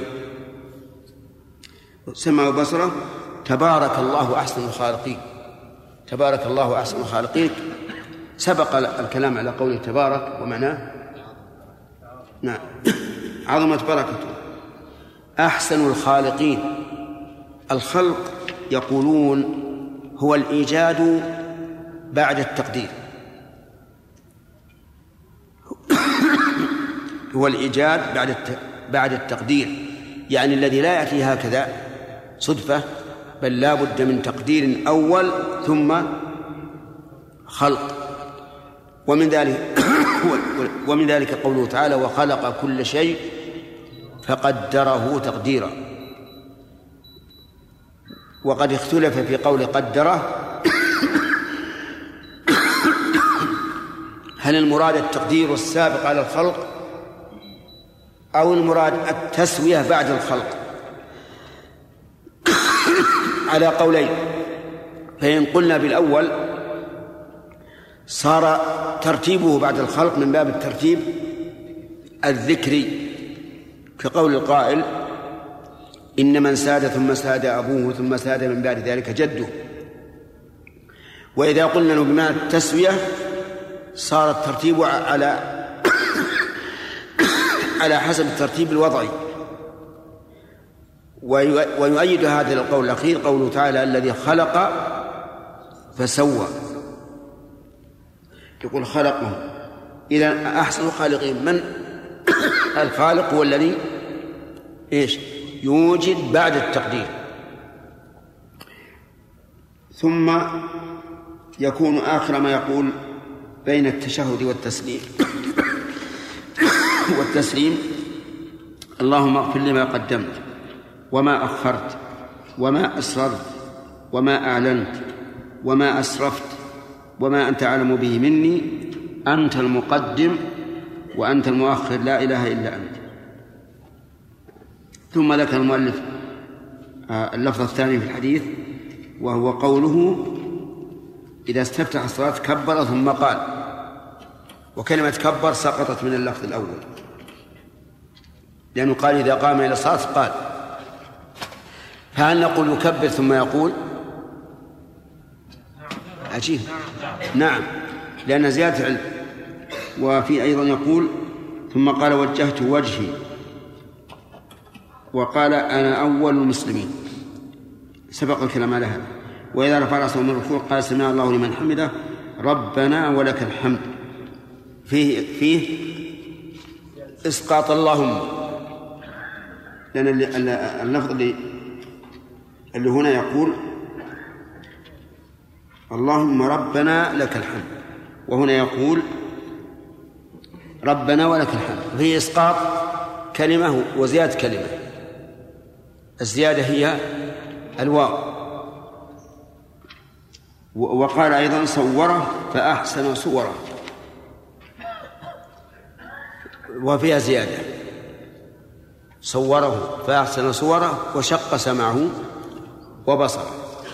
سمع وبصره، تبارك الله أحسن الخالقين. تبارك الله أحسن الخالقين، سبق الكلام على قوله تبارك ومعناه نعم عظمت بركته. أحسن الخالقين، الخلق يقولون هو الإيجاد بعد التقدير، هو الإيجاد بعد التقدير، يعني الذي لا يأتي هكذا صدفة، بل لا بد من تقدير أول ثم خلق. ومن ذلك قوله تعالى: وخلق كل شيء فقدره تقديرا. وقد اختلف في قول قدره هل المراد التقدير السابق على الخلق أو المراد التسوية بعد الخلق، على قولين. فإن قلنا بالأول صار ترتيبه بعد الخلق من باب الترتيب الذكري، كقول القائل إن من ساد ثم ساد أبوه ثم ساد من بعد ذلك جده. وإذا قلنا بمعنى التسوية صار الترتيب على حسب الترتيب الوضعي. ويؤيد هذا القول الأخير قوله تعالى الذي خلق فسوى، يقول خلقه. إذن أحسن الخالقين من الخالق هو الذي يوجد بعد التقدير، ثم يكون آخر ما يقول بين التشهد والتسليم اللهم اغفر لي ما قدمت وما أخرت وما أسررت وما أعلنت وما أسرفت وما أنت أعلم به مني، أنت المقدم وأنت المؤخر لا إله إلا أنت. ثم ذكر المؤلف اللفظ الثاني في الحديث وهو قوله إذا استفتح الصلاة كبر ثم قال، وكلمة كبر سقطت من اللفظ الأول لأنه قال إذا قام إلى الصلاة قال. فهل نقول يكبر ثم يقول؟ عجيب. نعم، لأن زيادة علم. وفي أيضا يقول ثم قال وجهت وجهي، وقال أنا أول المسلمين، سبق الكلام على هذا. وإذا رفع رأسه من الركوع قال سمع الله لمن حمده ربنا ولك الحمد. فيه إسقاط اللهم، لأن اللفظ اللي هنا يقول اللهم ربنا لك الحمد، وهنا يقول ربنا ولك الحمد، فيه إسقاط كلمة وزيادة كلمة. الزيادة هي الواو. وقال أيضا صوره فأحسن صوره، وفيها زيادة صوره فأحسن صوره وشق سمعه وبصره.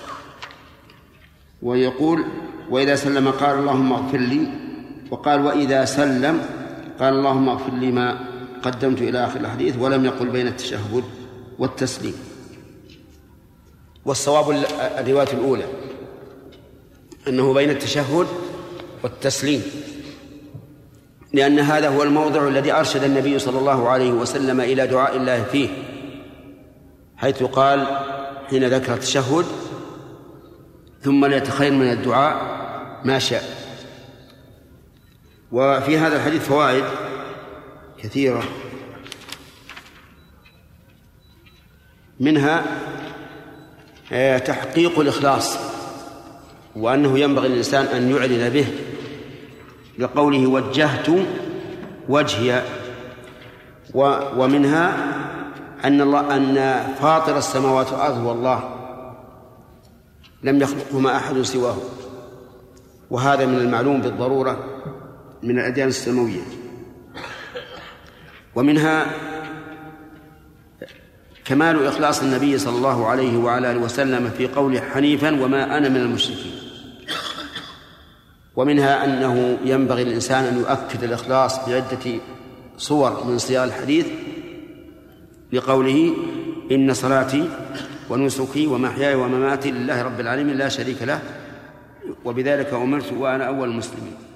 ويقول وإذا سلم قال اللهم اغفر لي، وقال وإذا سلم قال اللهم اغفر لي ما قدمت إلى آخر الحديث، ولم يقل بين التشهد والتسليم. والصواب الرواية الأولى أنه بين التشهد والتسليم، لأن هذا هو الموضع الذي أرشد النبي صلى الله عليه وسلم إلى دعاء الله فيه، حيث قال حين ذكر التشهد ثم ليتخير من الدعاء ما شاء. وفي هذا الحديث فوائد كثيرة، منها تحقيق الإخلاص، وأنه ينبغي للإنسان أن يعلن به، لقوله وجهت وجهي. ومنها أن فاطر السماوات والأرض هو الله، لم يخلقهما أحد سواه، وهذا من المعلوم بالضرورة من الأديان السماوية. ومنها كمال إخلاص النبي صلى الله عليه وعلى آله وسلم في قوله حنيفا وما أنا من المشركين. ومنها أنه ينبغي للإنسان أن يؤكد الإخلاص بعدة صور من صيغ الحديث، لقوله إن صلاتي ونسكي ومحياي ومماتي لله رب العالمين لا شريك له وبذلك أمرت وأنا أول المسلمين.